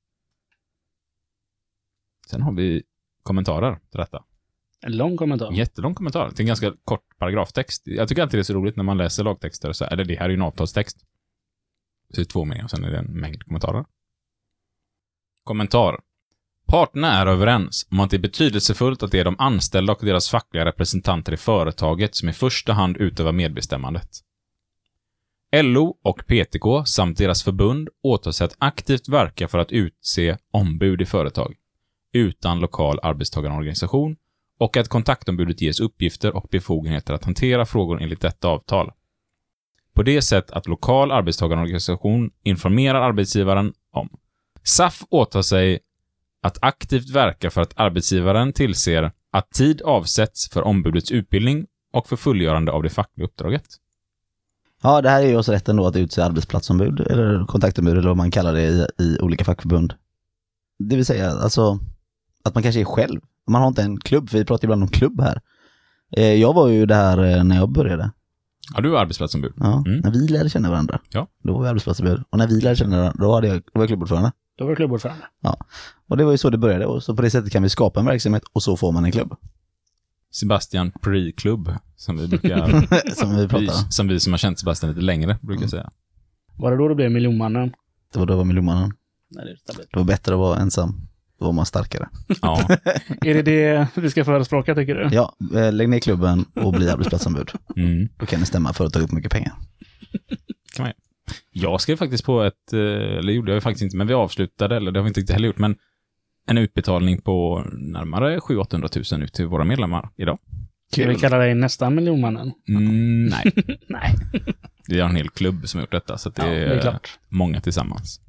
Sen har vi kommentarer till detta. En lång kommentar. Jättelång kommentar. Det är en ganska kort paragraftext. Jag tycker alltid det är så roligt när man läser lagtexter. Så, eller det här är ju en avtalstext. Så det är 2 meningar och sen är det en mängd kommentarer. Kommentar. Parterna är överens om att det är betydelsefullt att det är de anställda och deras fackliga representanter i företaget som i första hand utövar medbestämmandet. LO och PTK samt deras förbund åtar sig att aktivt verka för att utse ombud i företag utan lokal arbetstagarorganisation och att kontaktombudet ges uppgifter och befogenheter att hantera frågor enligt detta avtal. På det sätt att lokal arbetstagarorganisation informerar arbetsgivaren om. SAF åtar sig att aktivt verka för att arbetsgivaren tillser att tid avsätts för ombudets utbildning och för fullgörande av det fackliga uppdraget. Ja, det här är ju oss rätten då att utse arbetsplatsombud eller kontaktombud eller vad man kallar det i olika fackförbund. Det vill säga alltså att man kanske är själv. Man har inte en klubb, för vi pratar ibland om klubb här. Jag var ju där när jag började. Ja, du är arbetsplatsombud. Ja, när vi lärde känna varandra. Ja. Då var vi arbetsplatsombud. Och när vi lärde känna varandra, då var jag klubbordförande. Då var det klubbordförande. Ja, och det var ju så det började. Och så på det sättet kan vi skapa en verksamhet och så får man en klubb. Sebastian Pre-klubb, som vi brukar som vi som har känt Sebastian lite längre brukar säga. Var det då blev miljonmannen? Det var då var miljonmannen. Nej, det är stabilt. Det var bättre att vara ensam. Då var man starkare. Ja. Är det vi ska förespråka, tycker du? Ja, lägg ner klubben och bli arbetsplatsombud. Då kan ni stämma företaget upp mycket pengar. Kan man. Jag skrev faktiskt på eller gjorde jag faktiskt inte, men vi avslutade, eller det har vi inte heller gjort, men en utbetalning på närmare 700-800 000 ut till våra medlemmar idag. Ska vi kalla dig nästan miljonmannen? Nej. Nej. Vi har en hel klubb som har gjort detta, så att det är klart. Många tillsammans.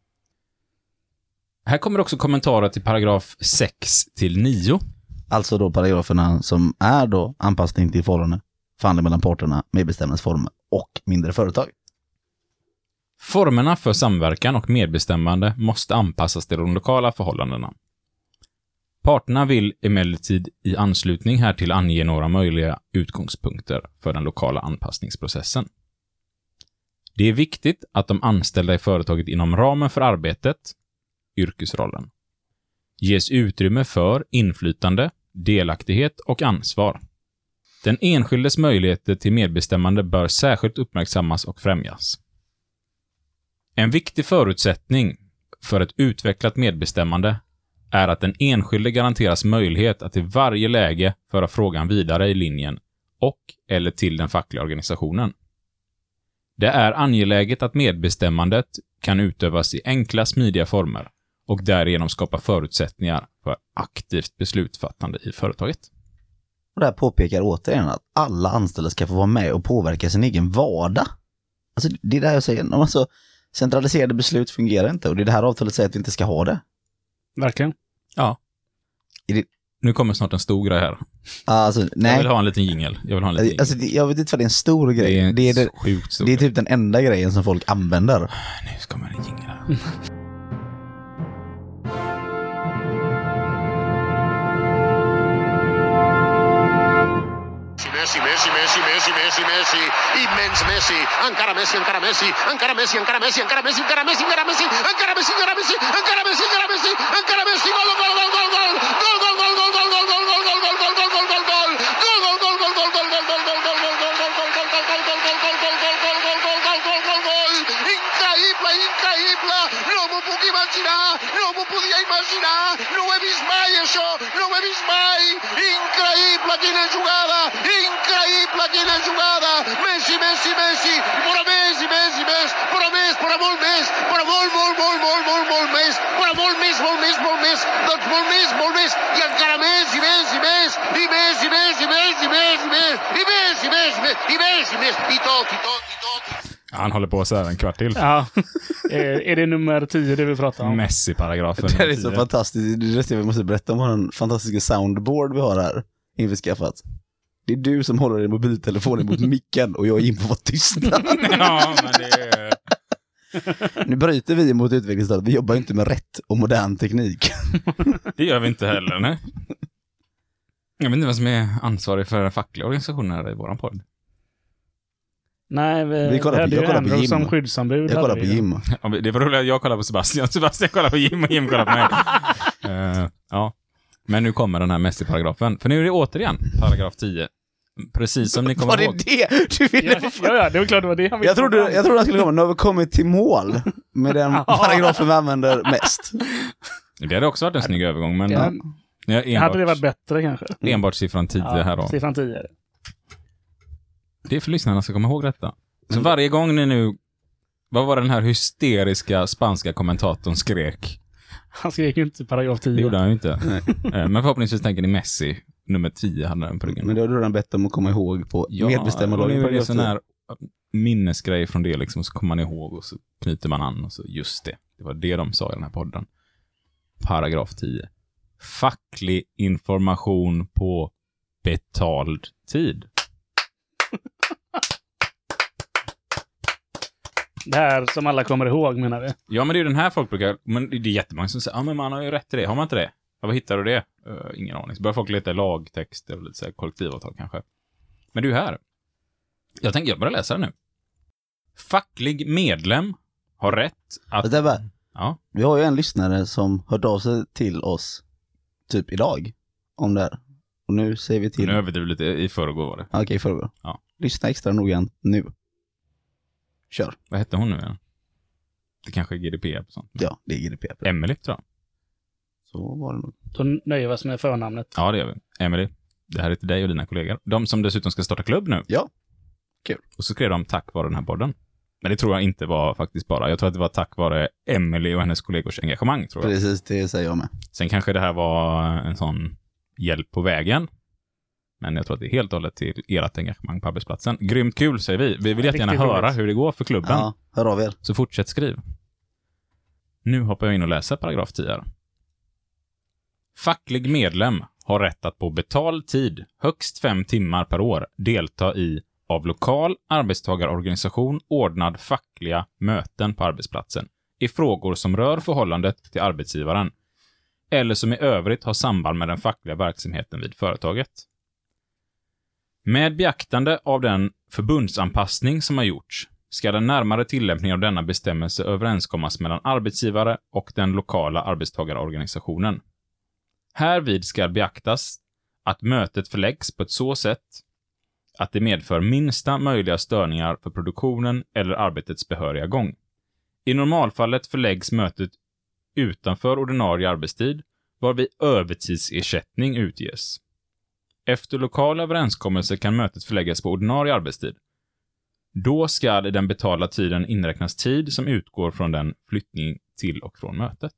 Här kommer också kommentarer till paragraf 6 till 9. Alltså då paragraferna som är då anpassning till förhandling mellan parterna, medbestämmandeformer och mindre företag. Formerna för samverkan och medbestämmande måste anpassas till de lokala förhållandena. Parterna vill emellertid i anslutning härtill ange några möjliga utgångspunkter för den lokala anpassningsprocessen. Det är viktigt att de anställda i företaget inom ramen för arbetet, yrkesrollen, ges utrymme för inflytande, delaktighet och ansvar. Den enskildes möjligheter till medbestämmande bör särskilt uppmärksammas och främjas. En viktig förutsättning för ett utvecklat medbestämmande är att den enskilde garanteras möjlighet att i varje läge föra frågan vidare i linjen och eller till den fackliga organisationen. Det är angeläget att medbestämmandet kan utövas i enkla, smidiga former och därigenom skapa förutsättningar för aktivt beslutsfattande i företaget. Och det här påpekar återigen att alla anställda ska få vara med och påverka sin egen vardag. Alltså det är det jag säger. Alltså, centraliserade beslut fungerar inte och det är det här avtalet säger att vi inte ska ha det. Verkligen. Ja. Nu kommer snart en stor grej här. Alltså, nej. Jag vill ha en liten jingle. Alltså, jag vet inte vad det är en stor grej. Det är sjukt stor. Det är typ den enda grejen som folk använder. Nu kommer en jingle här. Messi, immens Messi, encara Messi, encara Messi, encara Messi, encara Messi, encara Messi, encara Messi, encara Messi, encara Messi, encara Messi, encara Messi, encara Messi, encara Messi, gol, gol, gol, gol, gol, gol, gol, gol, gol, gol, gol, gol, gol, gol, gol, gol, gol, gol, increïble, no m'ho puc imaginar, no m'ho podia imaginar, no ho he vist mai això, no ho he vist mai, increïble, quina jugada, Messi, Messi, Messi, però més, però molt més, però molt més, però molt més, doncs molt més, i encara més, i tot. Han håller på så här en kvart till. Ja. Är det nummer 10 det vi pratar om? Messi-paragrafen. Det är så fantastiskt. Det är vi måste berätta om den fantastiska soundboard vi har här införskaffat. Det är du som håller din mobiltelefon mot micken och jag är in på att vara tysta. Ja, men det är... Nu bryter vi mot utvecklingsstöd. Vi jobbar inte med rätt och modern teknik. Det gör vi inte heller, nej. Jag vet inte vad som är ansvarig för fackliga organisationer i våran podd. Nej, jag kollar på Jim som skyddsombud. Jag kollar på Jim. Ja, det var roligt att jag kollar på Sebastian. Sebastian kollar på Jim och Jim kollar på mig. Ja. Men nu kommer den här Messi-paragrafen. För nu är det återigen paragraf 10. Precis som ni kommer ihåg. Var det du ville? Ja, det var klart det var det han ville. Jag trodde han skulle komma. Nu har vi kommit till mål med den paragrafen vi använder mest. Det hade också varit en snygg övergång, men... Hade det varit bättre kanske? Enbart siffran 10 här då. Siffran 10. Det är för lyssnarna ska komma ihåg detta. Så varje gång ni nu... Vad var den här hysteriska spanska kommentatorn skrek? Han skrek ju inte paragraf 10. Det gjorde han ju inte. Men förhoppningsvis tänker ni Messi. Nummer 10 hade den på ryggen. Men då hade du redan bett om att komma ihåg på medbestämmarlagen. Ja, det är en sån här minnesgrej från det liksom. Så kommer man ihåg och så knyter man an och så just det. Det var det de sa i den här podden. Paragraf 10. Facklig information på betald tid. Det här som alla kommer ihåg, menar du? Ja, men det är ju den här folk brukar... Men det är jättemånga som säger, ja men man har ju rätt till det. Har man inte det? Ja, vad hittar du det? Ingen aning. Så börjar folk leta lagtext eller lite så här kollektivavtal kanske. Men det är ju här. Jag börjar läsa det nu. Facklig medlem har rätt att... Ja. Vi har ju en lyssnare som hört av sig till oss typ idag om det här. Och nu säger vi till... Nu överdriver lite i förrgår var det. Okej, förrgår. Ja. Lyssna extra noggrant nu. Kör. Vad hette hon nu igen? Det kanske är GDPR på sånt. Ja, det är GDPR. Emily, tror jag. Så var det nog. Då nöjer vi oss med förnamnet. Ja, det gör vi. Emily, det här är till dig och dina kollegor. De som dessutom ska starta klubb nu. Ja, kul. Och så skrev de tack vare den här podden. Men det tror jag inte var faktiskt bara. Jag tror att det var tack vare Emily och hennes kollegors engagemang, tror jag. Precis, det säger jag med. Sen kanske det här var en sån hjälp på vägen. Men jag tror att det är helt och hållet till ert engagemang på arbetsplatsen. Grymt kul, säger vi. Vi vill jättegärna höra hur det går för klubben. Ja, hör av er. Så fortsätt skriv. Nu hoppar jag in och läser paragraf 10 här. Facklig medlem har rätt att på betald tid, högst 5 timmar per år, delta i av lokal arbetstagarorganisation ordnad fackliga möten på arbetsplatsen i frågor som rör förhållandet till arbetsgivaren eller som i övrigt har samband med den fackliga verksamheten vid företaget. Med beaktande av den förbundsanpassning som har gjorts ska den närmare tillämpningen av denna bestämmelse överenskommas mellan arbetsgivare och den lokala arbetstagarorganisationen. Härvid ska beaktas att mötet förläggs på ett så sätt att det medför minsta möjliga störningar för produktionen eller arbetets behöriga gång. I normalfallet förläggs mötet utanför ordinarie arbetstid, varvid övertidsersättning utges. Efter lokal överenskommelse kan mötet förläggas på ordinarie arbetstid. Då ska den betalda tiden inräknas tid som utgår från den flyttning till och från mötet.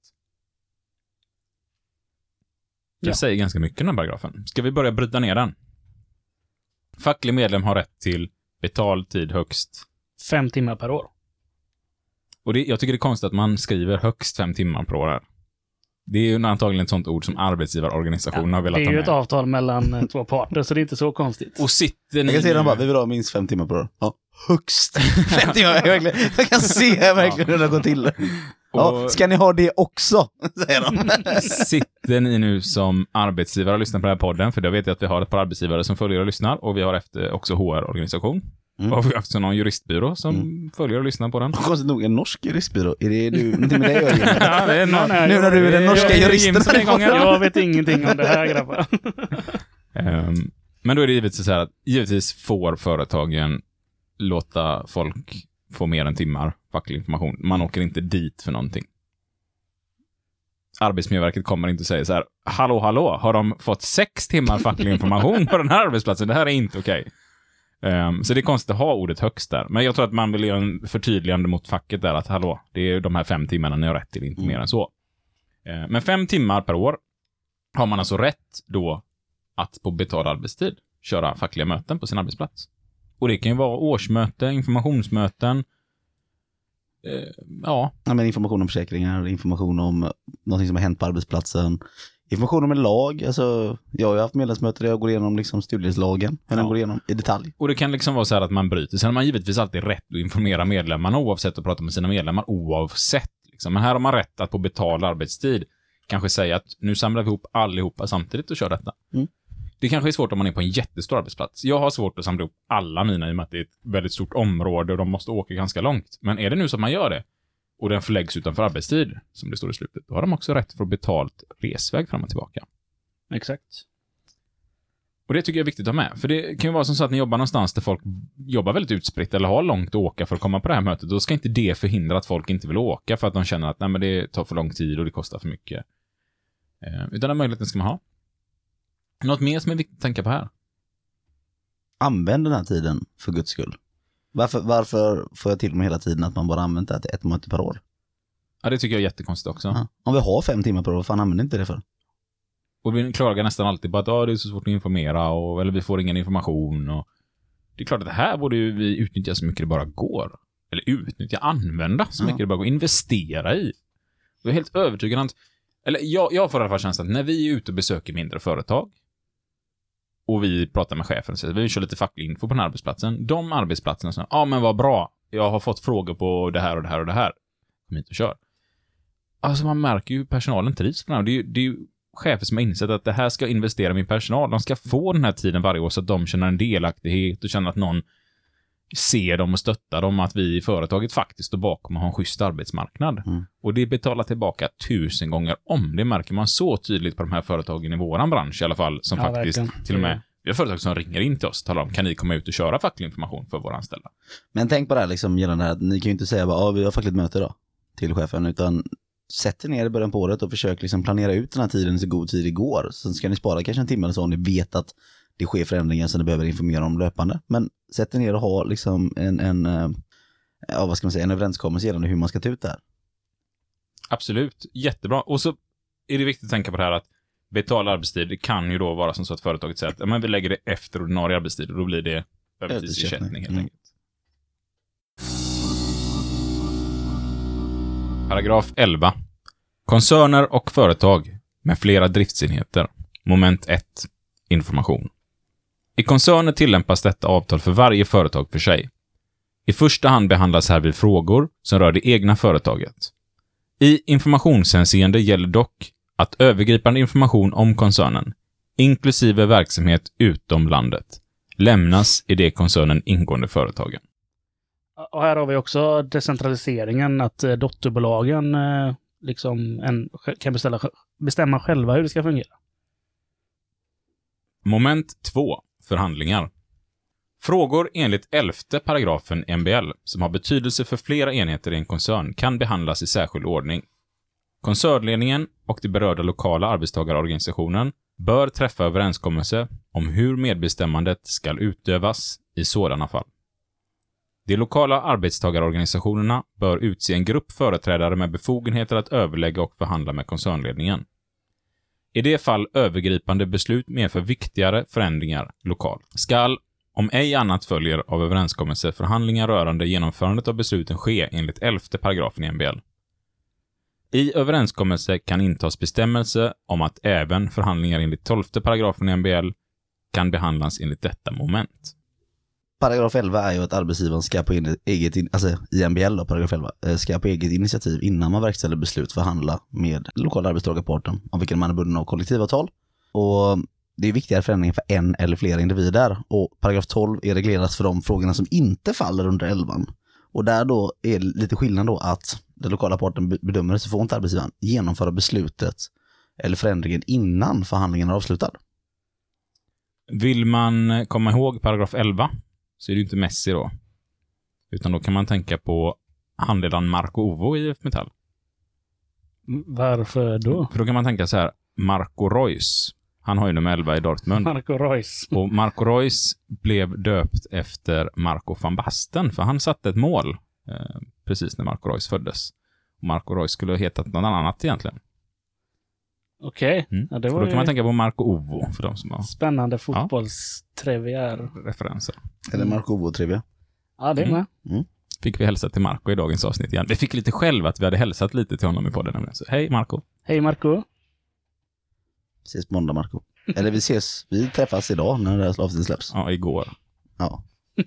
Det säger ganska mycket den här paragrafen. Ska vi börja bryta ner den? Facklig medlem har rätt till betald tid högst 5 timmar per år. Och jag tycker det är konstigt att man skriver högst 5 timmar per år här. Det är ju antagligen ett sånt ord som arbetsgivarorganisationen har velat Det ta är med. ju ett avtal mellan 2 parter, så det är inte så konstigt. Och sitter ni Jag kan se dem bara, vi vill ha minst 5 timmar per år. Ja, högst 5 timmar. Jag kan se verkligen hur det går till. Ja, ska ni ha det också? Säger de. Sitter ni nu som arbetsgivare och lyssnar på den här podden? För då vet jag att vi har ett par arbetsgivare som följer och lyssnar. Och vi har också HR-organisation. Och vi har haft någon juristbyrå som följer och lyssnar på den. Konstigt nog, en norsk juristbyrå. Är det du, inte med dig? Ja, det är nu när du är den norska juristen. Jag vet ingenting om det här, grabbar. Men då är det givetvis så här att givetvis får företagen låta folk få mer än timmar facklig information. Man åker inte dit för någonting. Arbetsmiljöverket kommer inte säga så här: hallå, har de fått 6 timmar facklig information på den här arbetsplatsen? Det här är inte okej. Så det är konstigt att ha ordet högst där. Men jag tror att man vill göra en förtydligande mot facket där att hallå, det är de här 5 timmarna ni har rätt till, inte mer än så. Men 5 timmar per år har man alltså rätt då att på betald arbetstid köra fackliga möten på sin arbetsplats. Och det kan ju vara årsmöte, informationsmöten. Ja, men information om försäkringar, information om någonting som har hänt på arbetsplatsen. Information om en lag, alltså jag har haft medlemsmöten där jag går igenom liksom studieslagen, den går igenom i detalj. Och det kan liksom vara så här att man bryter. Sen har man givetvis alltid rätt att informera medlemmarna oavsett att prata med sina medlemmar oavsett. Liksom. Men här har man rätt att på betald arbetstid kanske säga att nu samlar vi ihop allihopa samtidigt och kör detta. Det kanske är svårt om man är på en jättestor arbetsplats. Jag har svårt att samla ihop alla mina i och med att det är ett väldigt stort område och de måste åka ganska långt. Men är det nu så att man gör det och den förläggs utanför arbetstid, som det står i slutet, då har de också rätt för betalt resväg fram och tillbaka. Exakt. Och det tycker jag är viktigt att ha med. För det kan ju vara som så att ni jobbar någonstans där folk jobbar väldigt utspritt eller har långt att åka för att komma på det här mötet. Då ska inte det förhindra att folk inte vill åka för att de känner att nej, men det tar för lång tid och det kostar för mycket. Utan den möjligheten ska man ha. Något mer som är viktigt att tänka på här? Använd den här tiden för Guds skull. Varför får jag till mig hela tiden att man bara använder det till 1 möte per år? Ja, det tycker jag är jättekonstigt också. Ja. Om vi har 5 timmar per år, vad fan använder inte det för? Och vi klagar nästan alltid på att det är så svårt att informera eller vi får ingen information. Och det är klart att det här borde ju vi utnyttja så mycket det bara går. Eller använda så mycket det bara går. Investera i. Jag är helt övertygad om att, eller jag får i alla fall känslan att när vi är ute och besöker mindre företag och vi pratar med chefen och säger vi kör lite facklig info på den här arbetsplatsen. De arbetsplatserna säger, men vad bra. Jag har fått frågor på det här och det här och det här. Kom hit och kör. Alltså man märker ju personalen trivs på det här. Det är ju chefer som har insett att det här ska investera i personal. De ska få den här tiden varje år så att de känner en delaktighet och känner att någon ser dem och stöttar dem, att vi i företaget faktiskt står bakom och har en schysst arbetsmarknad. Och det betalar tillbaka 1000 gånger om. Det märker man så tydligt på de här företagen i våran bransch i alla fall, som faktiskt verkligen. Till och med, vi har företag som ringer in till oss och talar om, kan ni komma ut och köra facklig information för våra anställda? Men tänk på det här liksom, gällande här, ni kan ju inte säga bara, vi har fackligt möte då till chefen, utan sätt er ner i början på året och försök liksom planera ut den här tiden så god tid det går. Sen ska ni spara kanske en timme eller så om ni vet att det sker förändringar som ni behöver informera om löpande. Men sätt er ner och ha liksom en överenskommelse gällande hur man ska ta ut det här. Absolut, jättebra. Och så är det viktigt att tänka på det här att betala arbetstid, det kan ju då vara som så att företaget säger att men vi lägger det efter ordinarie arbetstid och då blir det övertidsersättning helt enkelt. Paragraf 11. Koncerner och företag med flera driftsenheter Moment 1. Information. I koncerner tillämpas detta avtal för varje företag för sig. I första hand behandlas härvid frågor som rör det egna företaget. I informationshänseende gäller dock att övergripande information om koncernen, inklusive verksamhet utom landet, lämnas i det koncernen ingående företagen. Och här har vi också decentraliseringen, att dotterbolagen kan bestämma själva hur det ska fungera. Moment 2. Förhandlingar. Frågor enligt 11:e paragrafen MBL som har betydelse för flera enheter i en koncern kan behandlas i särskild ordning. Koncernledningen och de berörda lokala arbetstagarorganisationen bör träffa överenskommelse om hur medbestämmandet ska utövas i sådana fall. De lokala arbetstagarorganisationerna bör utse en grupp företrädare med befogenheter att överlägga och förhandla med koncernledningen. I det fall övergripande beslut medför viktigare förändringar lokalt skall, om ej annat följer av överenskommelse, förhandlingar rörande genomförandet av besluten ske enligt 11:e paragrafen i MBL. I överenskommelse kan intas bestämmelse om att även förhandlingar enligt 12:e paragrafen i MBL kan behandlas enligt detta moment. Paragraf 11 är ju att arbetsgivaren ska på eget, i MBL då, paragraf 11, ska på eget initiativ innan man verkställer beslut förhandla med lokala arbetstagarparten om vilken man är bunden av kollektivavtal. Och det är viktigare förändringar för en eller flera individer. Och paragraf 12 är reglerat för de frågorna som inte faller under 11. Och där då är lite skillnad då att den lokala parten bedömer det, så får inte arbetsgivaren genomföra beslutet eller förändringen innan förhandlingen är avslutad. Vill man komma ihåg paragraf 11 så är det ju inte Messi då. Utan då kan man tänka på handledaren Marco Ovo i IF Metall. Varför då? För då kan man tänka så här, Marco Reus, han har ju nummer 11 i Dortmund. Marco Reus. Och Marco Reus blev döpt efter Marco van Basten, för han satte ett mål precis när Marco Reus föddes. Och Marco Reus skulle ha hetat något annat egentligen. Okej. Ja, det var då kan man tänka på Marco Ovo för de som har spännande fotbollstrivia referenser. Eller Marco Ovo-trivia. Ja, det är med. Fick vi hälsa till Marco i dagens avsnitt igen. Vi fick lite själv att vi hade hälsat lite till honom i podden. Så, hej Marco. Hej Marco. Ses på måndag, Marco. Eller vi träffas idag när det här avsnittet släpps. Ja, igår. Ja.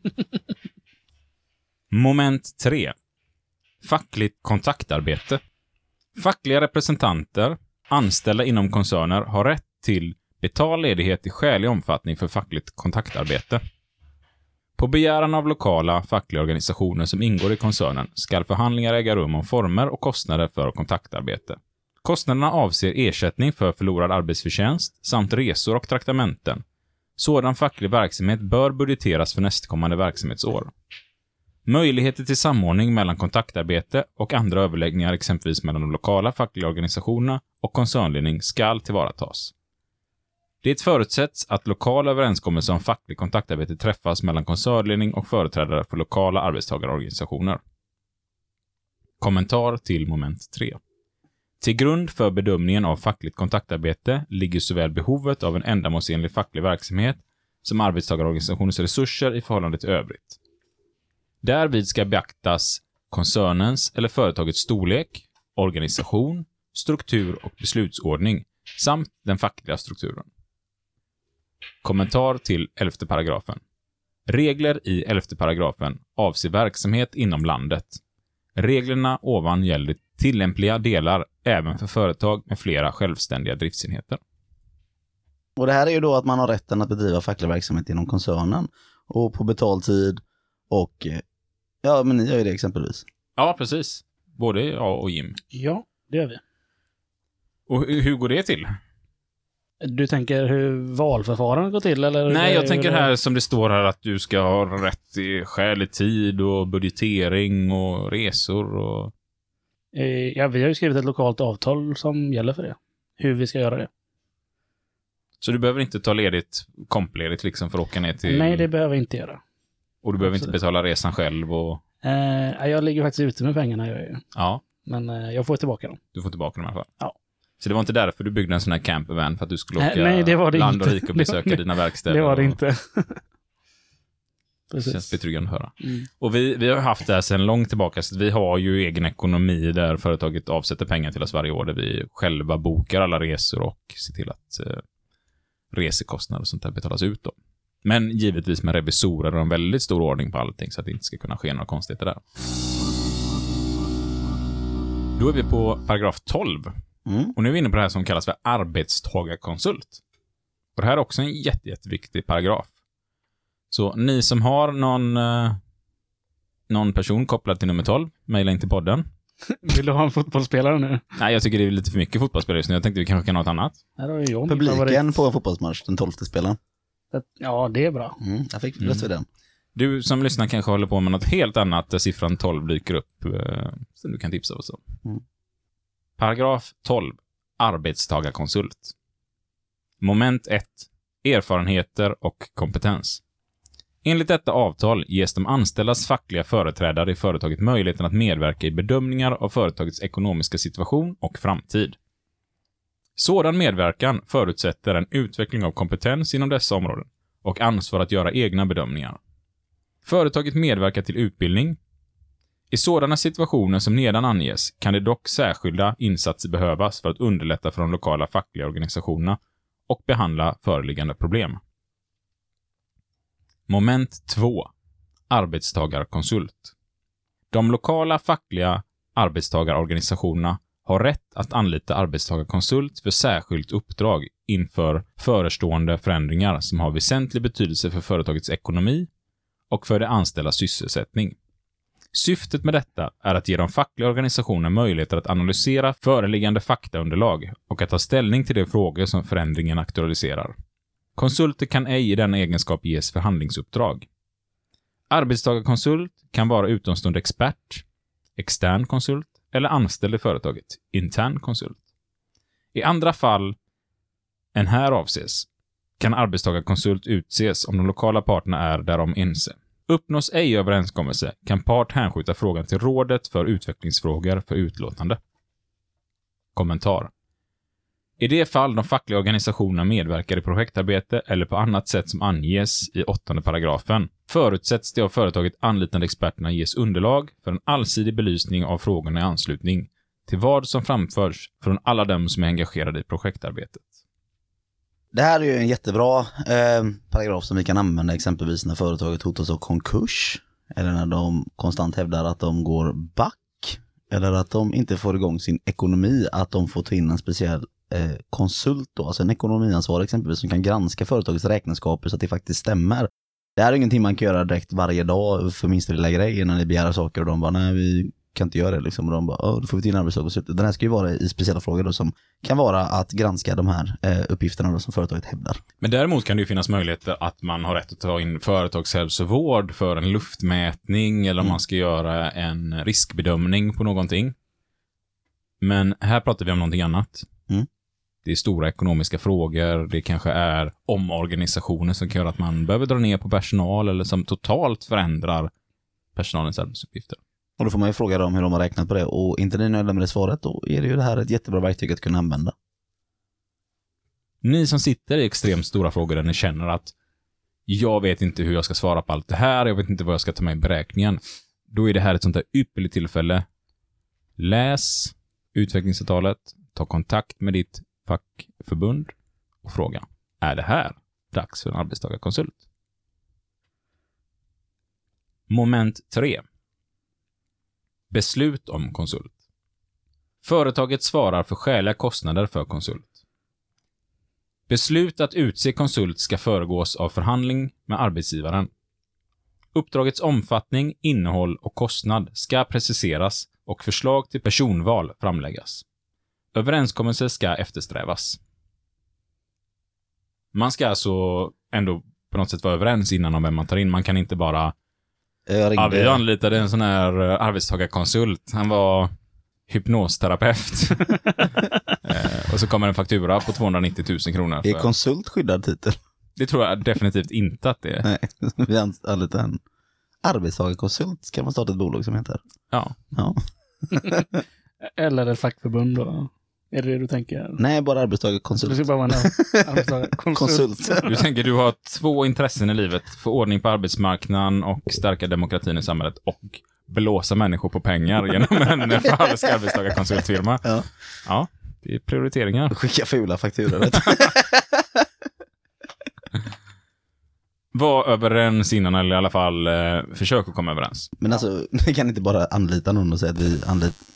Moment 3. Fackligt kontaktarbete. Fackliga representanter, anställda inom koncerner, har rätt till betald ledighet i skälig omfattning för fackligt kontaktarbete. På begäran av lokala fackliga organisationer som ingår i koncernen ska förhandlingar äga rum om former och kostnader för kontaktarbete. Kostnaderna avser ersättning för förlorad arbetsförtjänst samt resor och traktamenten. Sådan facklig verksamhet bör budgeteras för nästkommande verksamhetsår. Möjligheter till samordning mellan kontaktarbete och andra överläggningar, exempelvis mellan de lokala fackliga organisationerna och koncernledning, ska tillvaratas. Det förutsätts att lokala överenskommelser om facklig kontaktarbete träffas mellan koncernledning och företrädare för lokala arbetstagarorganisationer. Kommentar till moment 3. Till grund för bedömningen av fackligt kontaktarbete ligger såväl behovet av en ändamålsenlig facklig verksamhet som arbetstagarorganisationens resurser i förhållande till övrigt. Därvid ska beaktas koncernens eller företagets storlek, organisation, struktur och beslutsordning samt den fackliga strukturen. Kommentar till 11:e paragrafen. Regler i 11:e paragrafen avser verksamhet inom landet. Reglerna ovan gäller tillämpliga delar även för företag med flera självständiga driftsenheter. Och det här är ju då att man har rätten att bedriva facklig verksamhet inom koncernen och på betald tid och ja, men ni gör ju det exempelvis. Ja, precis. Både jag och Jim. Ja, det gör vi. Och hur går det till? Du tänker hur valförfarandet går till? Eller? Nej, jag tänker här som det står här att du ska ha rätt till skälig tid och budgetering och resor och... Ja, vi har ju skrivit ett lokalt avtal som gäller för det. Hur vi ska göra det. Så du behöver inte ta ledigt, kompledigt liksom för att åka ner till... Nej, det behöver jag inte göra. Och du behöver inte betala resan själv och... Jag ligger faktiskt ute med pengarna. Ja. Men jag får tillbaka dem. Du får tillbaka dem i alla fall. Ja. Så det var inte därför du byggde en sån här campervan, för att du skulle åka nej, det var det land inte. och rike och besöka dina verkstäder? Det var det och... inte. Det känns betryggande att höra. Mm. Och vi har haft det här sedan långt tillbaka, så vi har ju egen ekonomi där företaget avsätter pengar till oss varje år, där vi själva bokar alla resor och ser till att resekostnader och sånt där betalas ut då. Men givetvis med revisorer och en väldigt stor ordning på allting så att det inte ska kunna ske några konstigheter där. Då är vi på paragraf 12. Och nu är vi inne på det här som kallas för arbetstagarkonsult. Och det här är också en jätteviktig paragraf. Så ni som har någon person kopplad till nummer 12, mejla in till podden. Vill du ha en fotbollsspelare nu? Nej, jag tycker det är lite för mycket fotbollsspelare just nu. Jag tänkte vi kanske kan ha något annat. Här har jag Publiken på en fotbollsmatch, den 12:e spelaren. Ja, det är bra. Jag fick röst för den. Du som lyssnar kanske håller på med något helt annat där siffran 12 dyker upp som du kan tipsa oss om. Paragraf 12. Arbetstagarkonsult. Moment 1. Erfarenheter och kompetens. Enligt detta avtal ges de anställdas fackliga företrädare i företaget möjligheten att medverka i bedömningar av företagets ekonomiska situation och framtid. Sådan medverkan förutsätter en utveckling av kompetens inom dessa områden och ansvar att göra egna bedömningar. Företaget medverkar till utbildning. I sådana situationer som nedan anges kan det dock särskilda insatser behövas för att underlätta för de lokala fackliga organisationerna och behandla föreliggande problem. Moment 2. Arbetstagarkonsult. De lokala fackliga arbetstagarorganisationerna har rätt att anlita arbetstagarkonsult för särskilt uppdrag inför förestående förändringar som har väsentlig betydelse för företagets ekonomi och för de anställdas sysselsättning. Syftet med detta är att ge de fackliga organisationerna möjligheter att analysera föreliggande faktaunderlag och att ta ställning till de frågor som förändringen aktualiserar. Konsulter kan ej i denna egenskap ges förhandlingsuppdrag. Arbetstagarkonsult kan vara utomstående expert, extern konsult eller anställd i företaget, intern konsult. I andra fall än här avses kan arbetstagarkonsult utses om de lokala parterna är därom ense. Uppnås ej överenskommelse kan part hänskjuta frågan till rådet för utvecklingsfrågor för utlåtande. Kommentar. I det fall de fackliga organisationerna medverkar i projektarbete eller på annat sätt som anges i 8:e paragrafen förutsätts det av företaget anlitande experterna ges underlag för en allsidig belysning av frågorna i anslutning till vad som framförs från alla dem som är engagerade i projektarbetet. Det här är ju en jättebra paragraf som vi kan använda exempelvis när företaget hotas av konkurs eller när de konstant hävdar att de går back eller att de inte får igång sin ekonomi, att de får ta in en speciell konsult då, alltså en ekonomiansvarig exempelvis som kan granska företagets räkenskaper så att det faktiskt stämmer. Det här är ingenting man kan göra direkt varje dag för minsta lilla grej när ni begär saker och de bara, nej vi kan inte göra det liksom. Och de bara, då får vi till en arbetstagare. Den här ska ju vara i speciella frågor då, som kan vara att granska de här uppgifterna då, som företaget hävdar. Men däremot kan det ju finnas möjligheter att man har rätt att ta in företagshälsovård för en luftmätning eller om man ska göra en riskbedömning på någonting. Men här pratar vi om någonting annat. Det är stora ekonomiska frågor, det kanske är omorganisationer som kan göra att man behöver dra ner på personal eller som totalt förändrar personalens arbetsuppgifter. Och då får man ju fråga dem hur de har räknat på det. Och inte ni nöjda med det svaret, då är det ju det här ett jättebra verktyg att kunna använda. Ni som sitter i extremt stora frågor där ni känner att jag vet inte hur jag ska svara på allt det här, jag vet inte vad jag ska ta med i beräkningen. Då är det här ett sånt där ypperligt tillfälle. Läs utvecklingsavtalet, ta kontakt med ditt fackförbund och fråga, är det här dags för en arbetstagarkonsult? Moment 3. Beslut om konsult. Företaget svarar för skäliga kostnader för konsult. Beslut att utse konsult ska föregås av förhandling med arbetsgivaren. Uppdragets omfattning, innehåll och kostnad ska preciseras och förslag till personval framläggas. Överenskommelse ska eftersträvas. Man ska alltså ändå på något sätt vara överens innan om vem man tar in. Man kan inte bara vi anlitade en sån här arbetstagarkonsult. Han var hypnosterapeut. Och så kommer en faktura på 290 000 kronor. Är konsult skyddad titel? Det tror jag definitivt inte att det är. Nej, vi anlitar en arbetstagarkonsult. Ska man starta ett bolag som heter? Ja. Eller ett fackförbund då? Är det du tänker? Nej, bara arbetstagarkonsult. Det ska bara vara en arbetstagarkonsult. Du tänker du har 2 intressen i livet. Få ordning på arbetsmarknaden och stärka demokratin i samhället och blåsa människor på pengar genom en falsk arbetstagarkonsultfirma. Ja, det är prioriteringar. Skicka fula fakturor. var överens innan, eller i alla fall försök att komma överens. Men alltså, vi kan inte bara anlita någon och säga att vi anlitar.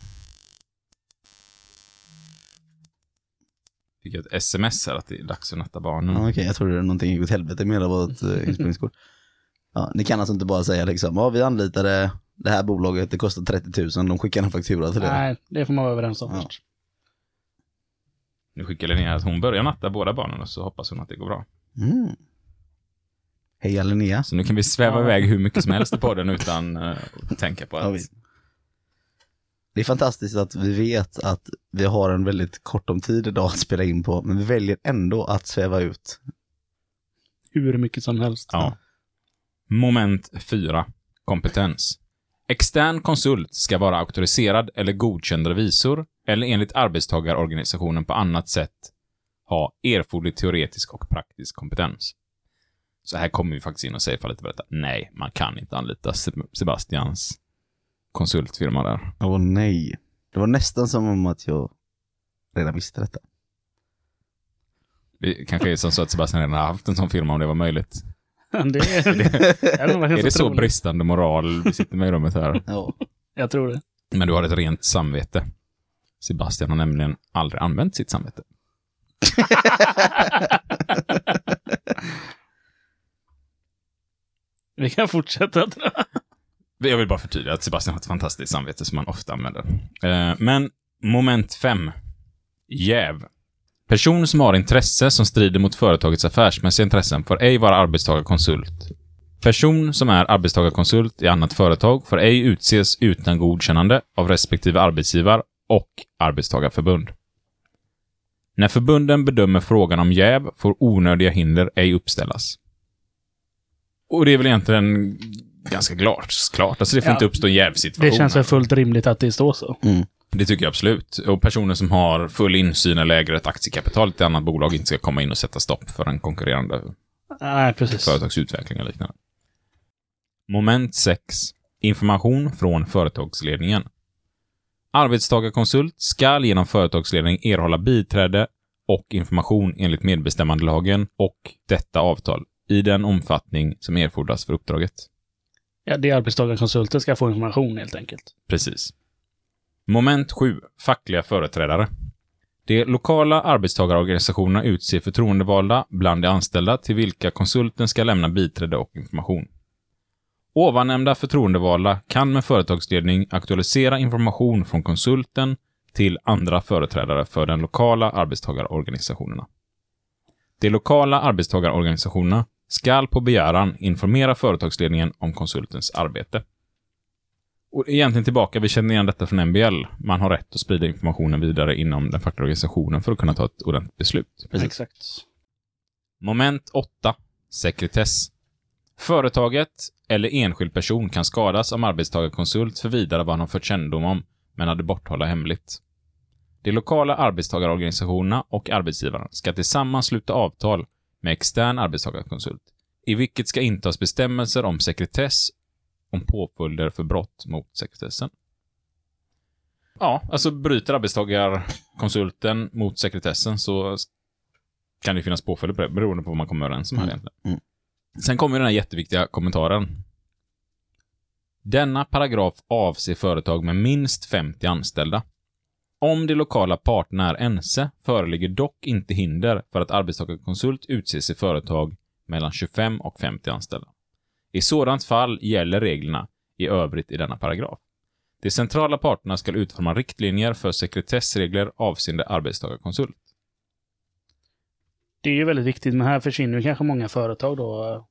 Fick jag ett sms här att det är dags att natta barnen. Ja, okej, jag tror det är någonting gick åt helvete med vårt inspelningskort. Ja, ni kan alltså inte bara säga liksom, ja, vi anlitade det här bolaget, det kostar 30 000, de skickar en faktura till det. Nej, det får man vara överens om Ja. först. Nu skickar Linnea att hon börjar natta båda barnen och så hoppas hon att det går bra. Mm. Hej Linnea. Så nu kan vi sväva iväg hur mycket som helst i podden utan att tänka på att... Det är fantastiskt att vi vet att vi har en väldigt kort om tid idag att spela in på, men vi väljer ändå att sväva ut. Hur mycket som helst. Ja. Moment 4. Kompetens. Extern konsult ska vara auktoriserad eller godkänd revisor eller enligt arbetstagarorganisationen på annat sätt ha erforderlig teoretisk och praktisk kompetens. Så här kommer vi faktiskt in och säger lite berätta. Nej, man kan inte anlita Sebastians konsultfirma där. Åh nej. Det var nästan som om att jag redan visste detta. Det kanske är som så att Sebastian redan har haft en sån firma om det var möjligt. Är det så bristande moral vi sitter med i rummet här? Ja. Jag tror det. Men du har ett rent samvete. Sebastian har nämligen aldrig använt sitt samvete. Vi kan fortsätta. Jag vill bara förtydliga att Sebastian har ett fantastiskt samvete som man ofta använder. Men moment 5. Jäv. Person som har intresse som strider mot företagets affärsmässiga intressen får ej vara arbetstagarkonsult. Person som är arbetstagarkonsult i annat företag får ej utses utan godkännande av respektive arbetsgivar och arbetstagarförbund. När förbunden bedömer frågan om jäv får onödiga hinder ej uppställas. Och det är väl egentligen ganska klart. Alltså det får inte uppstå en jävsituation. Det känns väl fullt rimligt att det står så. Mm. Det tycker jag absolut. Och personer som har full insyn eller äger ett aktiekapital i ett annat bolag inte ska komma in och sätta stopp för en konkurrerande företagsutveckling och liknande. Moment 6. Information från företagsledningen. Arbetstagarkonsult ska genom företagsledning erhålla biträde och information enligt medbestämmandelagen och detta avtal i den omfattning som erfordras för uppdraget. Ja, det är arbetstagarkonsulter ska få information helt enkelt. Precis. Moment 7. Fackliga företrädare. De lokala arbetstagarorganisationerna utser förtroendevalda bland de anställda till vilka konsulten ska lämna biträde och information. Ovannämnda förtroendevalda kan med företagsledning aktualisera information från konsulten till andra företrädare för den lokala arbetstagarorganisationerna. De lokala arbetstagarorganisationerna ska på begäran informera företagsledningen om konsultens arbete. Och egentligen tillbaka, vi känner igen detta från MBL. Man har rätt att sprida informationen vidare inom den fackliga organisationen för att kunna ta ett ordentligt beslut. Precis. Exakt. Moment 8. Sekretess. Företaget eller enskild person kan skadas om arbetstagarkonsult för vidare vad han har fått kännedom om men hade borthålla hemligt. De lokala arbetstagarorganisationerna och arbetsgivaren ska tillsammans sluta avtal med extern arbetstagarkonsult, i vilket ska intas bestämmelser om sekretess om påföljder för brott mot sekretessen. Ja, alltså bryter arbetstagarkonsulten mot sekretessen så kan det finnas påföljder på det, beroende på vad man kommer överens om här egentligen. Mm. Sen kommer den här jätteviktiga kommentaren. Denna paragraf avser företag med minst 50 anställda. Om de lokala parterna är ense föreligger dock inte hinder för att arbetstagarkonsult utses i företag mellan 25 och 50 anställda. I sådant fall gäller reglerna i övrigt i denna paragraf. De centrala parterna ska utforma riktlinjer för sekretessregler avseende arbetstagarkonsult. Det är ju väldigt viktigt, men här försvinner ju kanske många företag då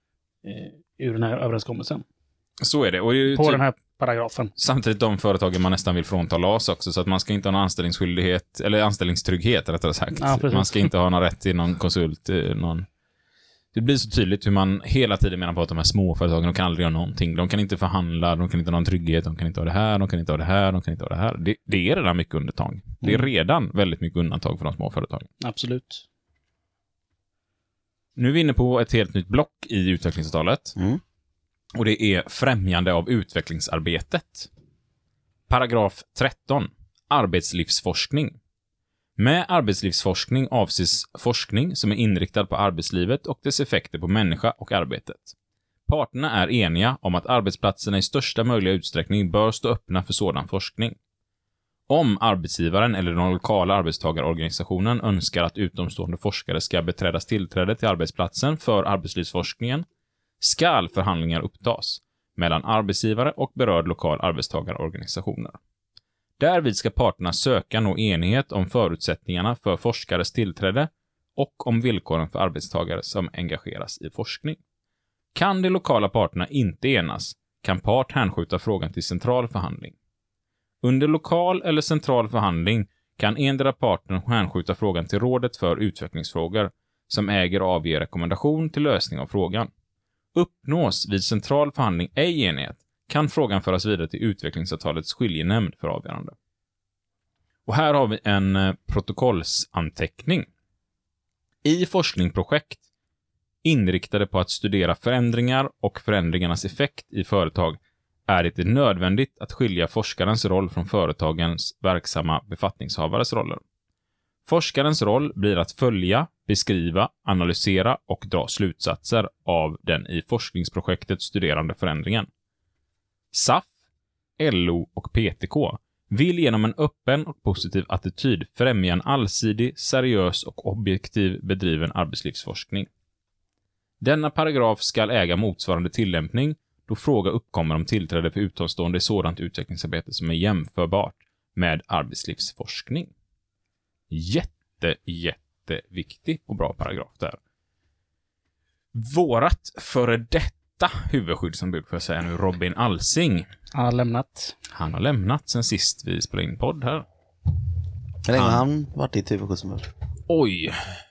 ur den här överenskommelsen. Så är det. Och på den här paragrafen. Samtidigt de företagen man nästan vill frånta LAS också, så att man ska inte ha någon anställningsskyldighet, eller anställningstrygghet rättare sagt. Ja, man ska inte ha någon rätt till någon konsult, Det blir så tydligt hur man hela tiden menar på att de här småföretagen, de kan aldrig göra någonting. De kan inte förhandla, de kan inte ha någon trygghet, de kan inte ha det här, de kan inte ha det här, de kan inte ha det här. Det är redan mycket undantag. Det är redan väldigt mycket undantag för de små företagen. Absolut. Nu är vi inne på ett helt nytt block i utvecklingsavtalet. Och det är främjande av utvecklingsarbetet. Paragraf 13. Arbetslivsforskning. Med arbetslivsforskning avses forskning som är inriktad på arbetslivet och dess effekter på människa och arbetet. Parterna är eniga om att arbetsplatserna i största möjliga utsträckning bör stå öppna för sådan forskning. Om arbetsgivaren eller den lokala arbetstagarorganisationen önskar att utomstående forskare ska beträdas tillträde till arbetsplatsen för arbetslivsforskningen, skall förhandlingar upptas mellan arbetsgivare och berörd lokal arbetstagarorganisationer. Därvid ska parterna söka nå enighet om förutsättningarna för forskares tillträde och om villkoren för arbetstagare som engageras i forskning. Kan de lokala parterna inte enas, kan part hänskjuta frågan till central förhandling. Under lokal eller central förhandling kan endera parten hänskjuta frågan till rådet för utvecklingsfrågor, som äger och avger rekommendation till lösning av frågan. Uppnås vid central förhandling ej enighet, kan frågan föras vidare till utvecklingsavtalets skiljenämnd för avgörande. Och här har vi en protokollsanteckning. I forskningsprojekt inriktade på att studera förändringar och förändringarnas effekt i företag är det nödvändigt att skilja forskarens roll från företagens verksamma befattningshavares roller. Forskarens roll blir att följa, beskriva, analysera och dra slutsatser av den i forskningsprojektet studerande förändringen. SAF, LO och PTK vill genom en öppen och positiv attityd främja en allsidig, seriös och objektiv bedriven arbetslivsforskning. Denna paragraf ska äga motsvarande tillämpning då fråga uppkommer om tillträde för utomstående i sådant utvecklingsarbete som är jämförbart med arbetslivsforskning. Jätteviktig och bra paragraf där. Vårat före detta huvudskyddsombud, får jag säga nu, Robin Alsing. Han har lämnat. Han har lämnat sen sist vi spelade in podd här. Hur länge har han varit i huvudskyddsombud? Oj.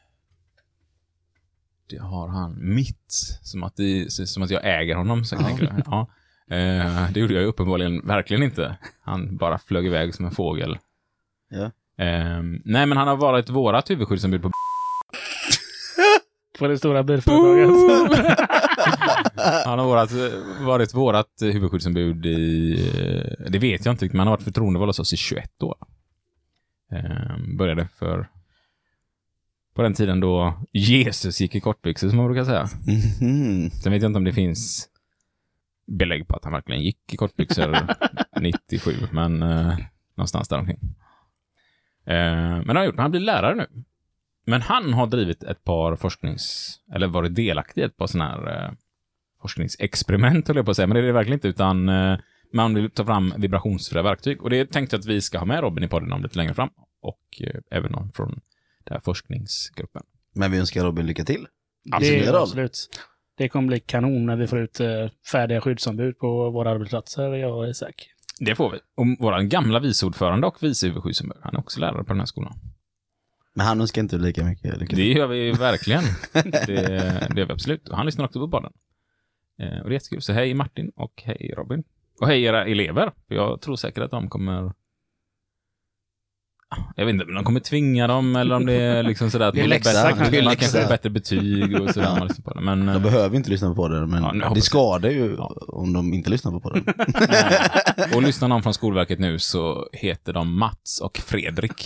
Det har han mitt. Som att jag äger honom. Så jag tänker, ja. Det gjorde jag ju uppenbarligen verkligen inte. Han bara flög iväg som en fågel. Ja. Nej, men han har varit vårat huvudskyddsombud på På det stora bilföretaget. Han har varit vårat huvudskyddsombud i... Det vet jag inte riktigt, men han har varit förtroendevald hos oss i 21 år. Började på den tiden då Jesus gick i kortbyxor, som man brukar säga. Mm-hmm. Sen vet jag inte om det finns belägg på att han verkligen gick i kortbyxor 97, men någonstans där omkring. Men han blir lärare nu. Men han har drivit ett par eller varit delaktig i ett par sådana här forskningsexperiment, höll jag på att säga. Men det är det verkligen inte, utan man vill ta fram vibrationsfria verktyg. Och det tänkte jag att vi ska ha med Robin i podden om lite längre fram. Och även någon från den här forskningsgruppen. Men vi önskar Robin lycka till. Absolut. Det kommer bli kanon när vi får ut färdiga skyddsombud på våra arbetsplatser, jag är säker. Det får vi. Och vår gamla viceordförande och vice huvudskyddsombud, han är också lärare på den här skolan. Men han önskar inte lika mycket lycka till. Det gör vi verkligen. Det gör vi absolut. Och han lyssnar också på podden. Och det är jättekul. Så hej Martin och hej Robin. Och hej era elever. För jag tror säkert att de kommer... Jag vet inte om de kommer tvinga dem eller om det är liksom sådär att det är läxa. Man kanske får bättre betyg och sådär. Man på det. Men, de behöver inte lyssna på det, men det skadar ju om de inte lyssnar på det. Och lyssnar någon från Skolverket nu så heter de Mats och Fredrik.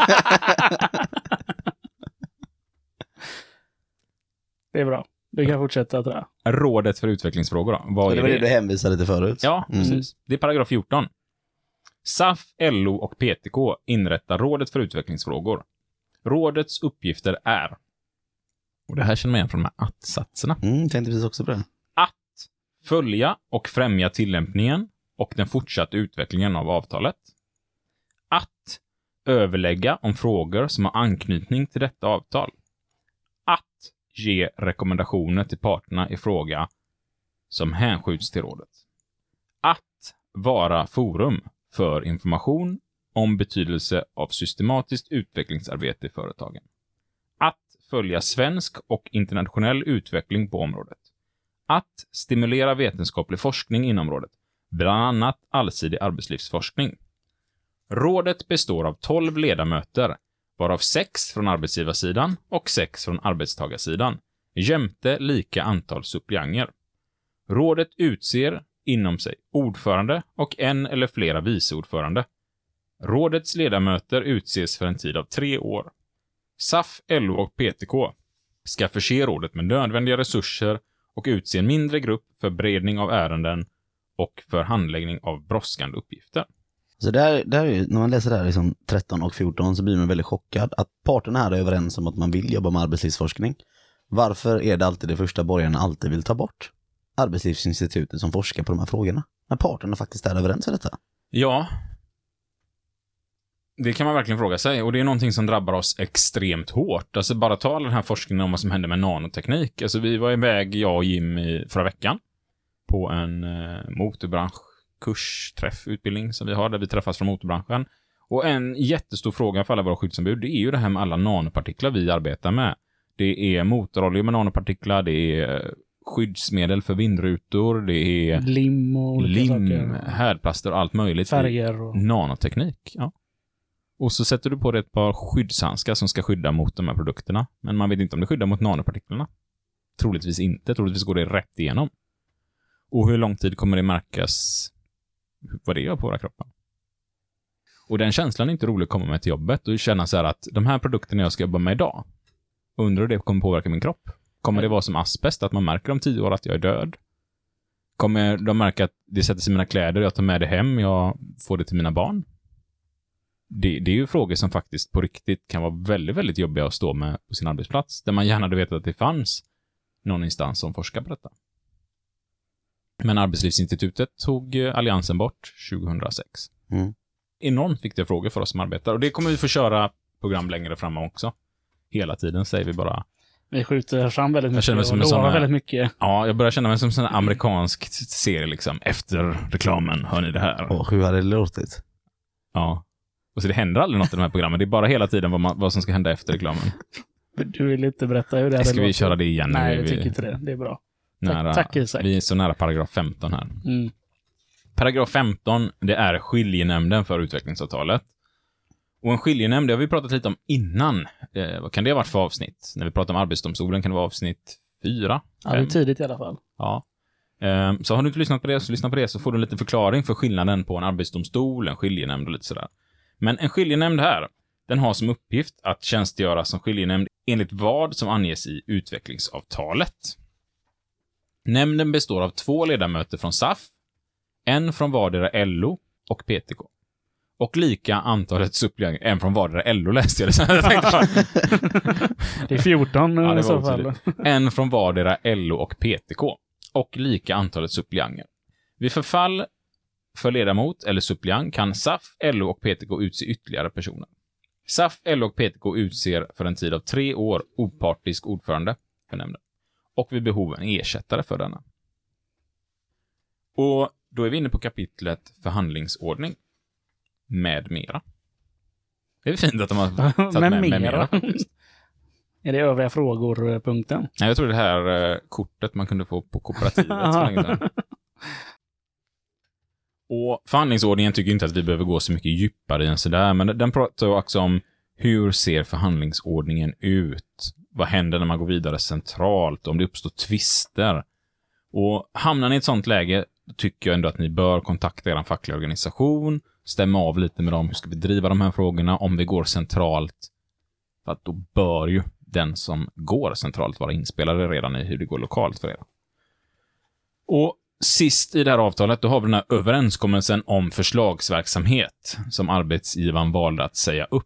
Det är bra. Du kan fortsätta, tror jag. Rådet för utvecklingsfrågor då. Vad det var det du hänvisade till förut. Ja, precis. Det är paragraf 14. SAF, LO och PTK inrättar Rådet för utvecklingsfrågor. Rådets uppgifter är, och det här känner man igen från de här att-satserna. Tänkte precis också på det. Att följa och främja tillämpningen och den fortsatta utvecklingen av avtalet. Att överlägga om frågor som har anknytning till detta avtal. Att ge rekommendationer till parterna i fråga som hänskjuts till rådet. Att vara forum för information om betydelse av systematiskt utvecklingsarbete i företagen. Att följa svensk och internationell utveckling på området. Att stimulera vetenskaplig forskning inom rådet, bland annat allsidig arbetslivsforskning. Rådet består av 12 ledamöter, varav 6 från arbetsgivarsidan och 6 från arbetstagarsidan, jämte lika antal suppleanter. Rådet utser inom sig ordförande och en eller flera viceordförande. Rådets ledamöter utses för en tid av 3 år. SAF, LO och PTK ska förse rådet med nödvändiga resurser och utse en mindre grupp för beredning av ärenden och för handläggning av brådskande uppgifter. Så där är ju, när man läser det här liksom 13 och 14 så blir man väldigt chockad att parterna här är överens om att man vill jobba med arbetslivsforskning. Varför är det alltid det första borgarna alltid vill ta bort Arbetslivsinstitutet som forskar på de här frågorna? När parterna faktiskt är överens om detta. Ja, det kan man verkligen fråga sig. Och det är någonting som drabbar oss extremt hårt. Alltså bara ta all den här forskningen om vad som händer med nanoteknik. Alltså vi var iväg, jag och Jim, förra veckan på en motorbranschkursträffutbildning som vi har där vi träffas från motorbranschen. Och en jättestor fråga för alla våra skyddsombud, det är ju det här med alla nanopartiklar vi arbetar med. Det är motorolja med nanopartiklar, det är skyddsmedel för vindrutor, det är lim och härdplaster och allt möjligt. Färger och nanoteknik, ja. Och så sätter du på det ett par skyddshandskar som ska skydda mot de här produkterna. Men man vet inte om det skyddar mot nanopartiklarna. Troligtvis inte. Troligtvis går det rätt igenom. Och hur lång tid kommer det märkas vad det gör på våra kroppar? Och den känslan är inte rolig att komma med till jobbet och känna så här att de här produkterna jag ska jobba med idag, undrar hur det kommer påverka min kropp? Kommer det vara som asbest, att man märker om 10 år att jag är död? Kommer de märka att det sätter sig i mina kläder, jag tar med det hem, jag får det till mina barn? Det är ju frågor som faktiskt på riktigt kan vara väldigt, väldigt jobbiga att stå med på sin arbetsplats, där man gärna hade vetat att det fanns någon instans som forskar på detta. Men Arbetslivsinstitutet tog alliansen bort 2006. Enormt viktiga frågor för oss som arbetar. Och det kommer vi få köra program längre fram också. Hela tiden säger vi bara. Vi skjuter fram väldigt mycket och lovar väldigt mycket. Ja, jag börjar känna mig som en sån amerikansk serie liksom. Efter reklamen, hör ni det här? Och hur hade det låtit? Ja. Och så det händer aldrig något i de här programmen. Det är bara hela tiden vad som ska hända efter reklamen. Du vill inte berätta hur det hade Ska vi låtit? köra det igen? Nej, jag tycker inte det. Det är bra. Tack Isak. Vi är så nära paragraf 15 här. Mm. Paragraf 15, det är skiljenämnden för utvecklingsavtalet. Och en skiljenämnd, det har vi pratat lite om innan. Vad kan det ha varit för avsnitt? När vi pratar om arbetsdomstolen kan det vara avsnitt 4? Ja, det är tidigt i alla fall. Ja. Så har du inte lyssnat på det, så lyssna på det, så får du en liten förklaring för skillnaden på en arbetsdomstol, en skiljenämnd och lite sådär. Men en skiljenämnd här, den har som uppgift att tjänstgöra som skiljenämnd enligt vad som anges i utvecklingsavtalet. Nämnden består av 2 ledamöter från SAF, en från vardera LO och PTK. Och lika antalet suppleanter, en från vardera LO läste jag det. Det är 14 ja, i så fall. En från vardera LO och PTK. Och lika antalet suppleanter. Vid förfall för ledamot eller suppleant kan SAF, LO och PTK utse ytterligare personer. SAF, LO och PTK utser för en tid av 3 år opartisk ordförande för nämnden. Och vid behov en ersättare för denna. Och då är vi inne på kapitlet förhandlingsordning. Med mera. Det är fint att de har tagit med mera. Är det övriga frågor-punkten? Nej, jag tror det här kortet man kunde få på kooperativet för länge sedan. Och förhandlingsordningen tycker inte att vi behöver gå så mycket djupare i en sådär, men den pratar också om hur ser förhandlingsordningen ut? Vad händer när man går vidare centralt? Om det uppstår tvister? Och hamnar ni i ett sånt läge, då tycker jag ändå att ni bör kontakta er fackliga organisation, stämma av lite med dem, hur ska vi driva de här frågorna om vi går centralt. För att då bör ju den som går centralt vara inspelade redan i hur det går lokalt för er. Och sist i det här avtalet, då har vi den här överenskommelsen om förslagsverksamhet som arbetsgivaren valde att säga upp.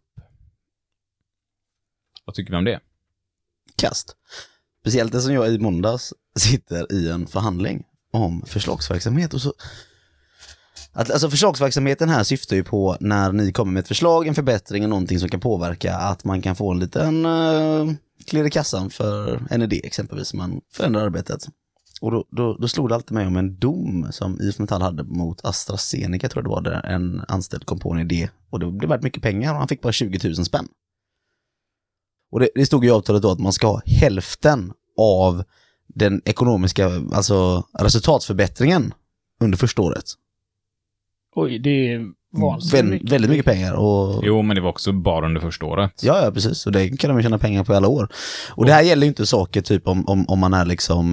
Vad tycker vi om det? Kast. Speciellt det som jag i måndags sitter i en förhandling om förslagsverksamhet och så. Alltså förslagsverksamheten här syftar ju på när ni kommer med ett förslag, en förbättring och någonting som kan påverka att man kan få en liten klirr i kassan för en idé exempelvis, man förändrar arbetet. Och då slog det alltid mig om en dom som IF Metall hade mot AstraZeneca, tror jag det var, där en anställd kom på en idé och det blev värt mycket pengar och han fick bara 20 000 spänn. Och det stod i avtalet då att man ska ha hälften av den ekonomiska, alltså resultatförbättringen under första året. Oj, det är vansinnigt väldigt mycket pengar. Och... Jo, men det var också bara under första året. Ja, precis. Och det kan de tjäna pengar på i alla år. Och det här gäller ju inte saker typ om man är liksom...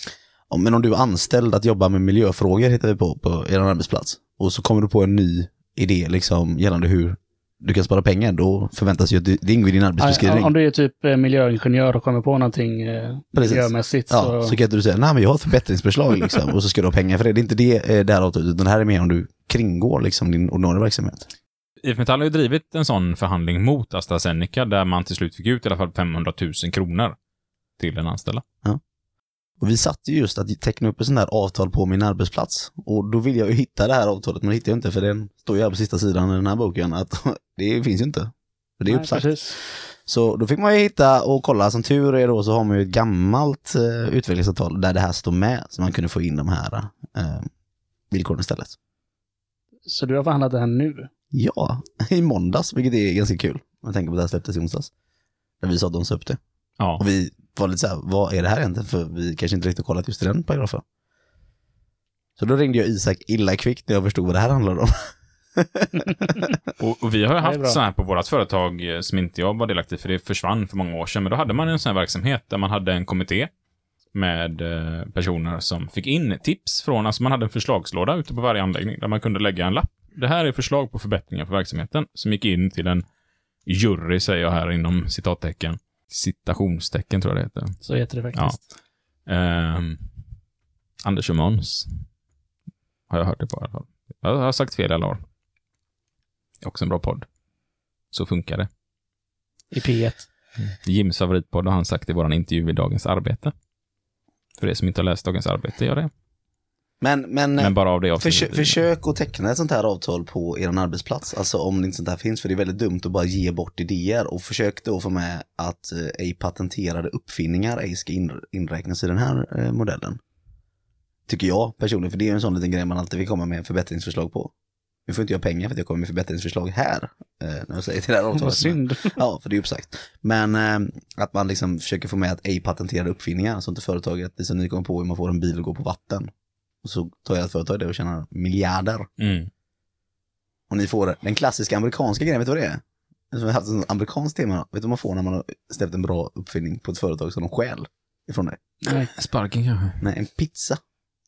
men om du är anställd att jobba med miljöfrågor hittar vi på er arbetsplats. Och så kommer du på en ny idé liksom gällande hur du kan spara pengar, då förväntas ju att det ingår i din arbetsbeskrivning. Om du är typ miljöingenjör och kommer på någonting miljömässigt. Så kan inte du säga, nej men jag har ett förbättringsförslag liksom, och så ska du ha pengar för det. Det är inte det här avtalet, utan det här är mer om du kringgår liksom din ordinarie verksamhet. IF Metall har ju drivit en sån förhandling mot AstraZeneca där man till slut fick ut i alla fall 500 000 kronor till den anställda. Ja. Och vi satt ju just att teckna upp ett sånt här avtal på min arbetsplats. Och då vill jag ju hitta det här avtalet, men det hittar jag inte, för den står ju här på sista sidan i den här boken att det finns ju inte. För det är uppsagt. Precis. Så då fick man ju hitta och kolla, som tur är då så har man ju ett gammalt utvecklingsavtal där det här står med, så man kunde få in de här villkoren istället. Så du har förhandlat det här nu? Ja, i måndags, vilket är ganska kul. Jag tänker på att det här släpptes i onsdags. Där vi sa att de sa upp det. Ja. Och vi var lite så här, vad är det här egentligen? För vi kanske inte riktigt kollat just i den paragrafen. Så då ringde jag Isak illa kvickt när jag förstod vad det här handlade om. och vi har ju haft så här på vårat företag som inte jag var delaktig, för det försvann för många år sedan. Men då hade man en sån här verksamhet där man hade en kommitté med personer som fick in tips från, alltså man hade en förslagslåda ute på varje anläggning där man kunde lägga en lapp. Det här är förslag på förbättringar för verksamheten, som gick in till en jury, säger jag här inom citattecken. Citationstecken tror jag det heter. Så heter det faktiskt. Ja. Anders och Måns har jag hört det på i alla fall. Jag har sagt fel alla år. Det är också en bra podd. Så funkar det. I P1. Jims favoritpodd har han sagt i våran intervju i Dagens Arbete. För det som inte har läst Dagens Arbete gör det. Men bara av det försök att teckna ett sånt här avtal på er arbetsplats. Alltså om det inte sånt här finns, för det är väldigt dumt att bara ge bort idéer. Och försök då få med att ej patenterade uppfinningar ej ska inräknas i den här modellen. Tycker jag personligen, för det är en sån liten grej man alltid vill komma med förbättringsförslag på. Nu får inte jag pengar för att jag kommer med förbättringsförslag här. När jag säger till det här avtalet. Vad synd. Ja, för det är uppsagt. Men att man liksom försöker få med att ej patenterade uppfinningar. Så inte företaget, det som ni kommer på hur man får en bil att gå på vatten. Och så tar jag ett företag där och tjänar miljarder. Mm. Och ni får den klassiska amerikanska grejen, vet du vad det är? Vi har haft ett amerikanskt tema. Vet du vad man får när man har släppt en bra uppfinning på ett företag som de stjäl ifrån dig? Nej. Sparken kanske? Nej, en pizza.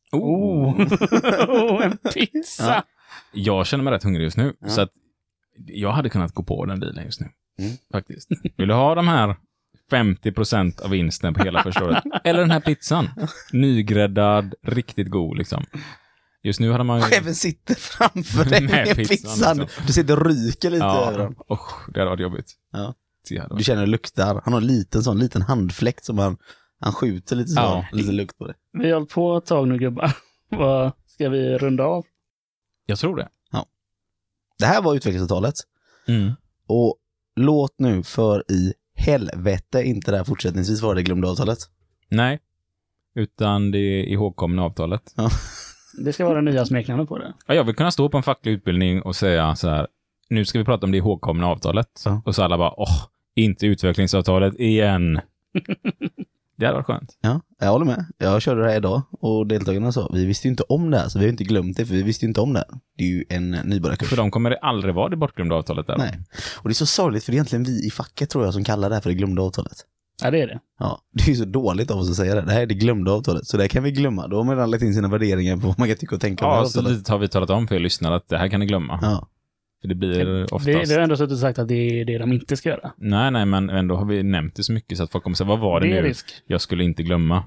En pizza! Ja. Jag känner mig rätt hungrig just nu. Ja. Så att jag hade kunnat gå på den dealen just nu. Faktiskt. Vill du ha de här 50% av vinsten på hela första året? Eller den här pizzan? Nygräddad, riktigt god liksom. Just nu hade man ju... Chefen sitter framför dig med pizzan. Liksom. Du sitter och ryker lite över den. Det hade varit jobbigt. Ja. Du känner det luktar. Han har en liten handfläkt som han skjuter lite så. Lite lukt på det. Vi har hållit på ett tag nu, gubbar. Vad ska vi runda av? Jag tror det. Ja. Det här var utvecklingsavtalet. Mm. Och låt nu för i helvete inte det här fortsättningsvis vara det glömda avtalet. Nej. Utan det är ihågkomna avtalet. Ja. Det ska vara nya smeknamn på det. Ja, jag vill kunna stå på en facklig utbildning och säga så här: nu ska vi prata om det ihågkomna avtalet. Ja. Och så alla bara, inte utvecklingsavtalet igen. Det hade varit skönt. Ja, jag håller med. Jag körde det här idag och deltagarna sa, vi visste ju inte om det här, så vi har inte glömt det, för vi visste ju inte om det här. Det är ju en nybörjarkurs. För de kommer det aldrig vara det bortglömda avtalet där. Nej. Och det är så sorgligt, för det är egentligen vi i facket tror jag som kallar det här för det glömda avtalet. Ja, det är det. Ja, det är ju så dåligt av oss att säga det. Det här är det glömda avtalet, så det kan vi glömma. Då har man redan lagt in sina värderingar på vad man kan tycka och tänka om det här avtalet. Ja, så har vi talat om för er lyssnare att det här kan ni glömma. Ja. För det blir oftast... Det är ändå så att du sagt att det är det de inte ska göra. Nej, men ändå har vi nämnt det så mycket så att folk kommer säga, vad var det nu? Risk. Jag skulle inte glömma.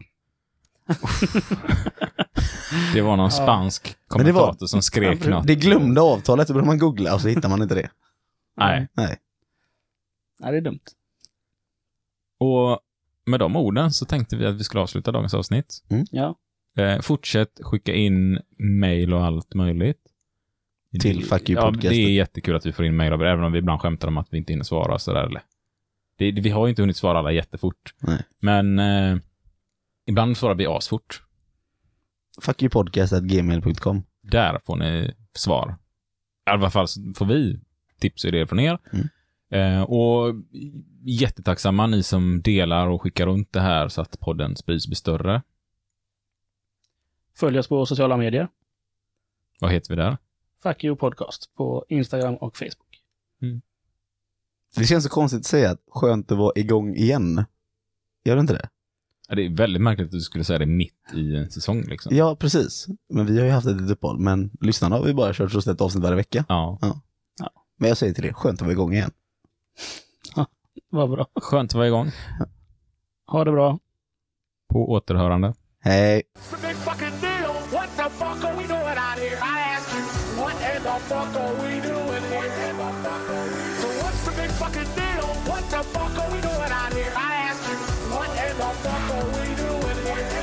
Det var någon spansk kommentator som skrek något. Det glömda avtalet, då börjar man googla och så hittar man inte det. Nej. Nej, det är dumt. Och med de orden så tänkte vi att vi skulle avsluta dagens avsnitt. Ja. Fortsätt skicka in mejl och allt möjligt. Till Fuck You Podcast. Ja, det är jättekul att vi får in mejl, även om vi ibland skämtar om att vi inte hinner svara så där, eller. Vi har ju inte hunnit svara alla jättefort. Nej. Men ibland svarar vi asfort. fuckyoupodcast@gmail.com. Där får ni svar. I alla fall får vi tips och idéer från er. Och jättetacksamma ni som delar och skickar runt det här så att podden sprids blir större. Följ oss på sociala medier. Vad heter vi där? Fuck You Podcast på Instagram och Facebook. Det känns så konstigt att säga att skönt att vara igång igen. Gör det inte det? Ja, det är väldigt märkligt att du skulle säga det mitt i en säsong liksom. Ja, precis. Men vi har ju haft ett litet uppehåll. Men lyssnarna har vi bara kört så ett avsnitt varje vecka. Ja. Men jag säger till det, skönt att vara igång igen. Vad bra. Skönt att vara igång. Ha det bra. På återhörande. Hej! It's a big fucking deal. What the fuck are we doing out here? I ask you, what in the fuck are we doing here? So what's the big fucking deal? What the fuck are we doing out here? I ask you, what in the fuck are we doing here?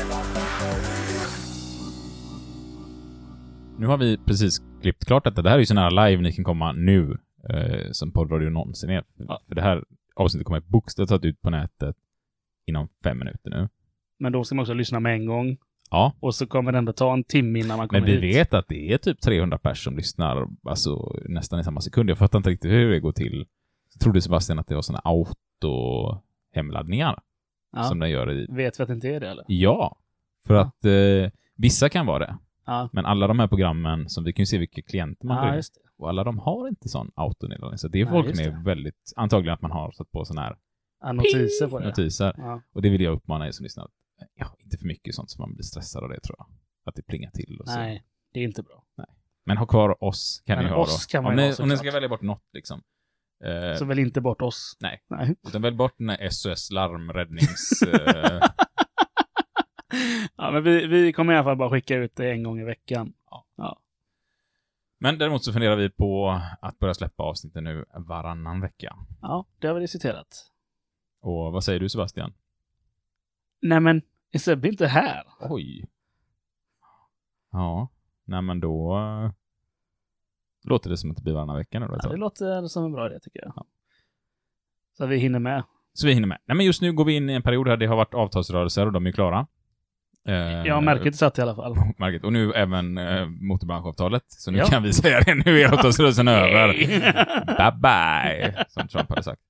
Nu har vi precis klippt klart detta. Det här är ju sån här live ni kan komma nu som poddradio någonsin är. Ja. För det här avsnittet kommer bokstavligt ut på nätet inom 5 minuter nu. Men då ska man också lyssna med en gång. Ja. Och så kommer det ändå ta en timme innan man kommer Men vi hit. vet att det är typ 300 personer som lyssnar alltså nästan i samma sekund. Jag fattar inte riktigt hur det går till. Jag trodde Sebastian att det var såna auto-hemladdningar som den gör i... Vet vi att det inte är det eller? Ja, för att vissa kan vara det. Ja. Men alla de här programmen som vi kan ju se vilka klienter man Ja, blir. just det. Och alla de har inte sån autonedladdning. Så det är Nej, folk just med det. väldigt... Antagligen att man har satt på sån här Ja, notiser på det. notiser. Ja. Och det vill jag uppmana er som lyssnar. Ja, inte för mycket sånt som man blir stressad av det tror jag. Att det plingar till och så. Nej, det är inte bra. Men ha kvar oss kan Men ni ha oss då. kan man om ju ni, ha, om ni såklart. ska välja bort något liksom. Så väl inte bort oss. Nej. Nej. Utan välj bort den här SOS larmräddnings... Ja, men vi kommer i alla fall bara skicka ut det en gång i veckan. Ja. Men däremot så funderar vi på att börja släppa avsnitten nu varannan vecka. Ja, det har vi diskuterat. Och vad säger du Sebastian? Nej men, är Sebbe inte här? Oj. Ja, nej men då låter det som att det blir varannan vecka nu då. Ja, det låter som en bra idé tycker jag. Ja. Så vi hinner med. Så vi hinner med. Nej men just nu går vi in i en period här det har varit avtalsrörelser och de är ju klara. Ja, märket är satt i alla fall. Märket. Och nu även motorbranschavtalet. Så nu Ja. kan vi säga det. Nu är avtalsrörelsen över. Bye bye. Som Trump hade sagt.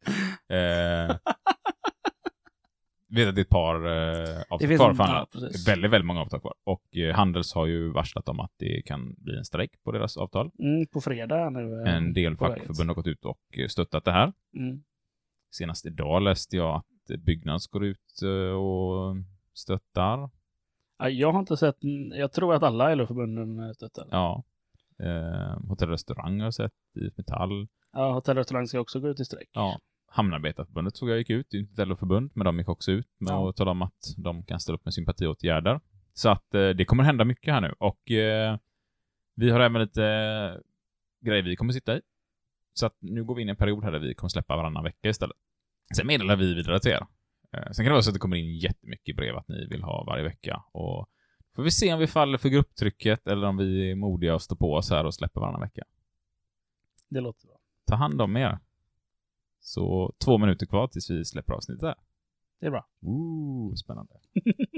Vi vet att det är ett par avtal kvar. Ja, precis. Väldigt, väldigt många avtal kvar. Och Handels har ju varslat om att det kan bli en strejk på deras avtal. På fredag nu. En del på fackförbund har gått ut och stöttat det här. Mm. Senast idag läste jag att Byggnads går ut och stöttar. Ja, jag har inte sett, jag tror att alla LO-förbunden stöttar. Ja. Hotell och restaurang har jag sett, i Metall. Ja, hotell och restaurang ska också gå ut i strejk. Ja. Hamnarbetarförbundet såg jag gick ut, det är inte ett LO-förbund, men de gick också ut med att tala om att de kan ställa upp med sympatiåtgärder. Så att det kommer hända mycket här nu. Och vi har även lite grejer vi kommer sitta i. Så att nu går vi in i en period här där vi kommer släppa varannan vecka istället. Sen meddelar vi vidare till er. Sen kan det vara så att det kommer in jättemycket brev att ni vill ha varje vecka. Och får vi se om vi faller för grupptrycket eller om vi är modiga och står på oss här och släpper varannan vecka. Det låter bra. Ta hand om er. Så 2 minuter kvar tills vi släpper avsnittet där. Det är bra. Spännande.